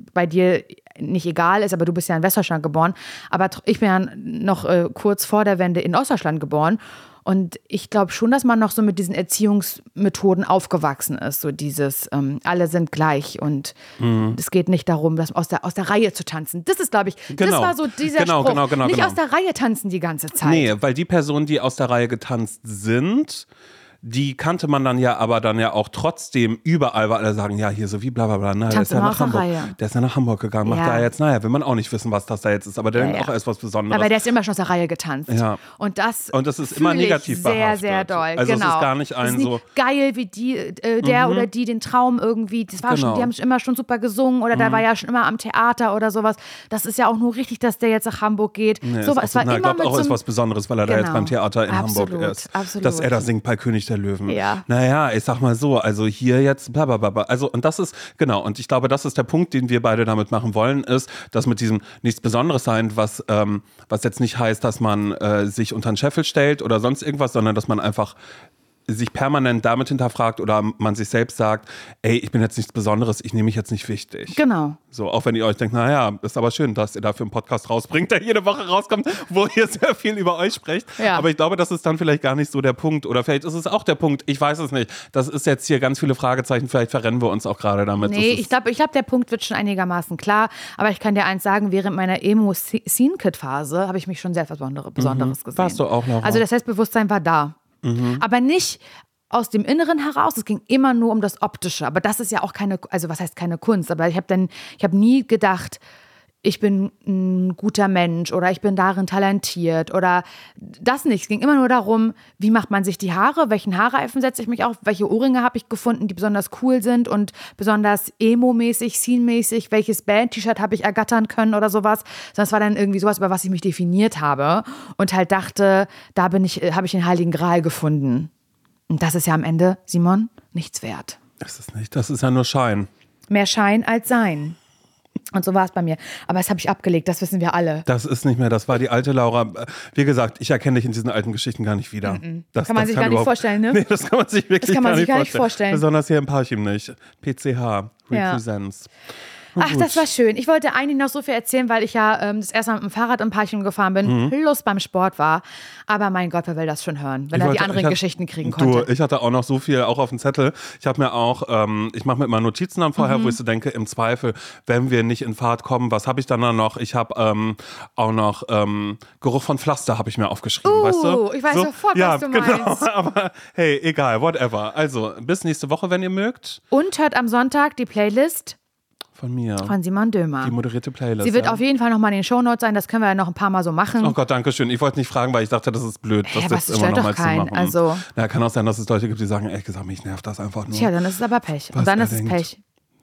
nicht egal ist, aber du bist ja in Westdeutschland geboren, aber ich bin ja noch kurz vor der Wende in Ostdeutschland geboren und ich glaube schon, dass man noch so mit diesen Erziehungsmethoden aufgewachsen ist, so dieses alle sind gleich und es geht nicht darum, dass aus der Reihe zu tanzen. Das ist, glaube ich, das war so dieser Spruch. Nicht aus der Reihe tanzen die ganze Zeit. Nee, weil die Personen, die aus der Reihe getanzt sind, die kannte man dann ja auch trotzdem überall, weil alle sagen, ja, hier so wie bla bla bla, ne, der ist ja nach Hamburg gegangen, macht da jetzt, will man auch nicht wissen, was das da jetzt ist, aber der denkt auch erst was Besonderes. Aber der ist immer schon aus der Reihe getanzt. Ja. Und das ist immer negativ sehr, behaftet. sehr doll. Also genau. es ist gar nicht ein so... geil, wie der oder die den Traum irgendwie, das war schon, die haben immer schon super gesungen oder der war ja schon immer am Theater oder sowas. Das ist ja auch nur richtig, dass der jetzt nach Hamburg geht. Nee, so, es war immer glaubt mit auch, ist was Besonderes, weil er da jetzt beim Theater in Hamburg ist. Absolut. Dass er da singt bei König der Löwen. Ja. Naja, ich sag mal so, also hier jetzt blablabla. Also und das ist, genau, und ich glaube, das ist der Punkt, den wir beide damit machen wollen, ist, dass mit diesem nichts Besonderes sein, was jetzt nicht heißt, dass man sich unter den Scheffel stellt oder sonst irgendwas, sondern dass man einfach sich permanent damit hinterfragt oder man sich selbst sagt, ey, ich bin jetzt nichts Besonderes, ich nehme mich jetzt nicht wichtig. Genau. So, auch wenn ihr euch denkt, naja, ist aber schön, dass ihr dafür einen Podcast rausbringt, der jede Woche rauskommt, wo ihr sehr viel über euch sprecht. Ja. Aber ich glaube, das ist dann vielleicht gar nicht so der Punkt. Oder vielleicht ist es auch der Punkt, ich weiß es nicht. Das ist jetzt hier ganz viele Fragezeichen, vielleicht verrennen wir uns auch gerade damit. Nee, ich glaube, der Punkt wird schon einigermaßen klar. Aber ich kann dir eins sagen, während meiner Emo-Scene-Kid-Phase habe ich mich schon sehr Besonderes gesehen. Warst du auch, Laura? Also das Selbstbewusstsein war da. Aber nicht aus dem Inneren heraus, es ging immer nur um das Optische. Aber das ist ja auch keine, also was heißt keine Kunst? Aber ich habe nie gedacht, ich bin ein guter Mensch oder ich bin darin talentiert oder das nicht. Es ging immer nur darum, wie macht man sich die Haare, welchen Haareifen setze ich mich auf, welche Ohrringe habe ich gefunden, die besonders cool sind und besonders emo-mäßig, scene-mäßig, welches Band-T-Shirt habe ich ergattern können oder sowas. Sondern es war dann irgendwie sowas, über was ich mich definiert habe und halt dachte, habe ich den Heiligen Gral gefunden. Und das ist ja am Ende, Simon, nichts wert. Das ist nicht, das ist ja nur Schein. Mehr Schein als Sein. Und so war es bei mir. Aber das habe ich abgelegt, das wissen wir alle. Das ist nicht mehr, das war die alte Laura. Wie gesagt, ich erkenne dich in diesen alten Geschichten gar nicht wieder. Das kann man sich gar nicht vorstellen, ne? Nee, das kann man sich wirklich gar nicht vorstellen. Besonders hier im Parchim nicht. PCH, Represents. Ja. Ach, das war schön. Ich wollte eigentlich noch so viel erzählen, weil ich ja das erste Mal mit dem Fahrrad im Parchim gefahren bin, plus beim Sport war. Aber mein Gott, wer will das schon hören, wenn er die anderen Geschichten kriegen konnte. Ich hatte auch noch so viel, auch auf dem Zettel. Ich habe mir auch, ich mache mir immer Notizen dann vorher, wo ich so denke, im Zweifel, wenn wir nicht in Fahrt kommen, was habe ich dann noch? Ich habe auch noch Geruch von Pflaster habe ich mir aufgeschrieben, weißt du? Ich weiß sofort, was du meinst. Genau, aber hey, egal, whatever. Also, bis nächste Woche, wenn ihr mögt. Und hört am Sonntag die Playlist von mir. Von Simon Dömer. Die moderierte Playlist. Sie wird auf jeden Fall nochmal in den Shownotes sein, das können wir ja noch ein paar Mal so machen. Oh Gott, danke schön. Ich wollte nicht fragen, weil ich dachte, das ist blöd, das jetzt immer noch mal zu machen. Also, kann auch sein, dass es Leute gibt, die sagen, ehrlich gesagt, mich nervt das einfach nur. Tja, dann ist es aber Pech. Und dann ist es Pech.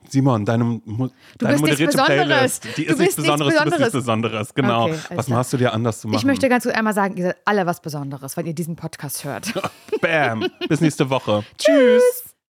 Simon, deine moderierte Playlist, die ist nichts Besonderes, du bist nichts Besonderes. Genau. Okay, was machst du dir anders zu machen? Ich möchte ganz kurz einmal sagen, ihr seid alle was Besonderes, weil ihr diesen Podcast hört. Bam. Bis nächste Woche. Tschüss.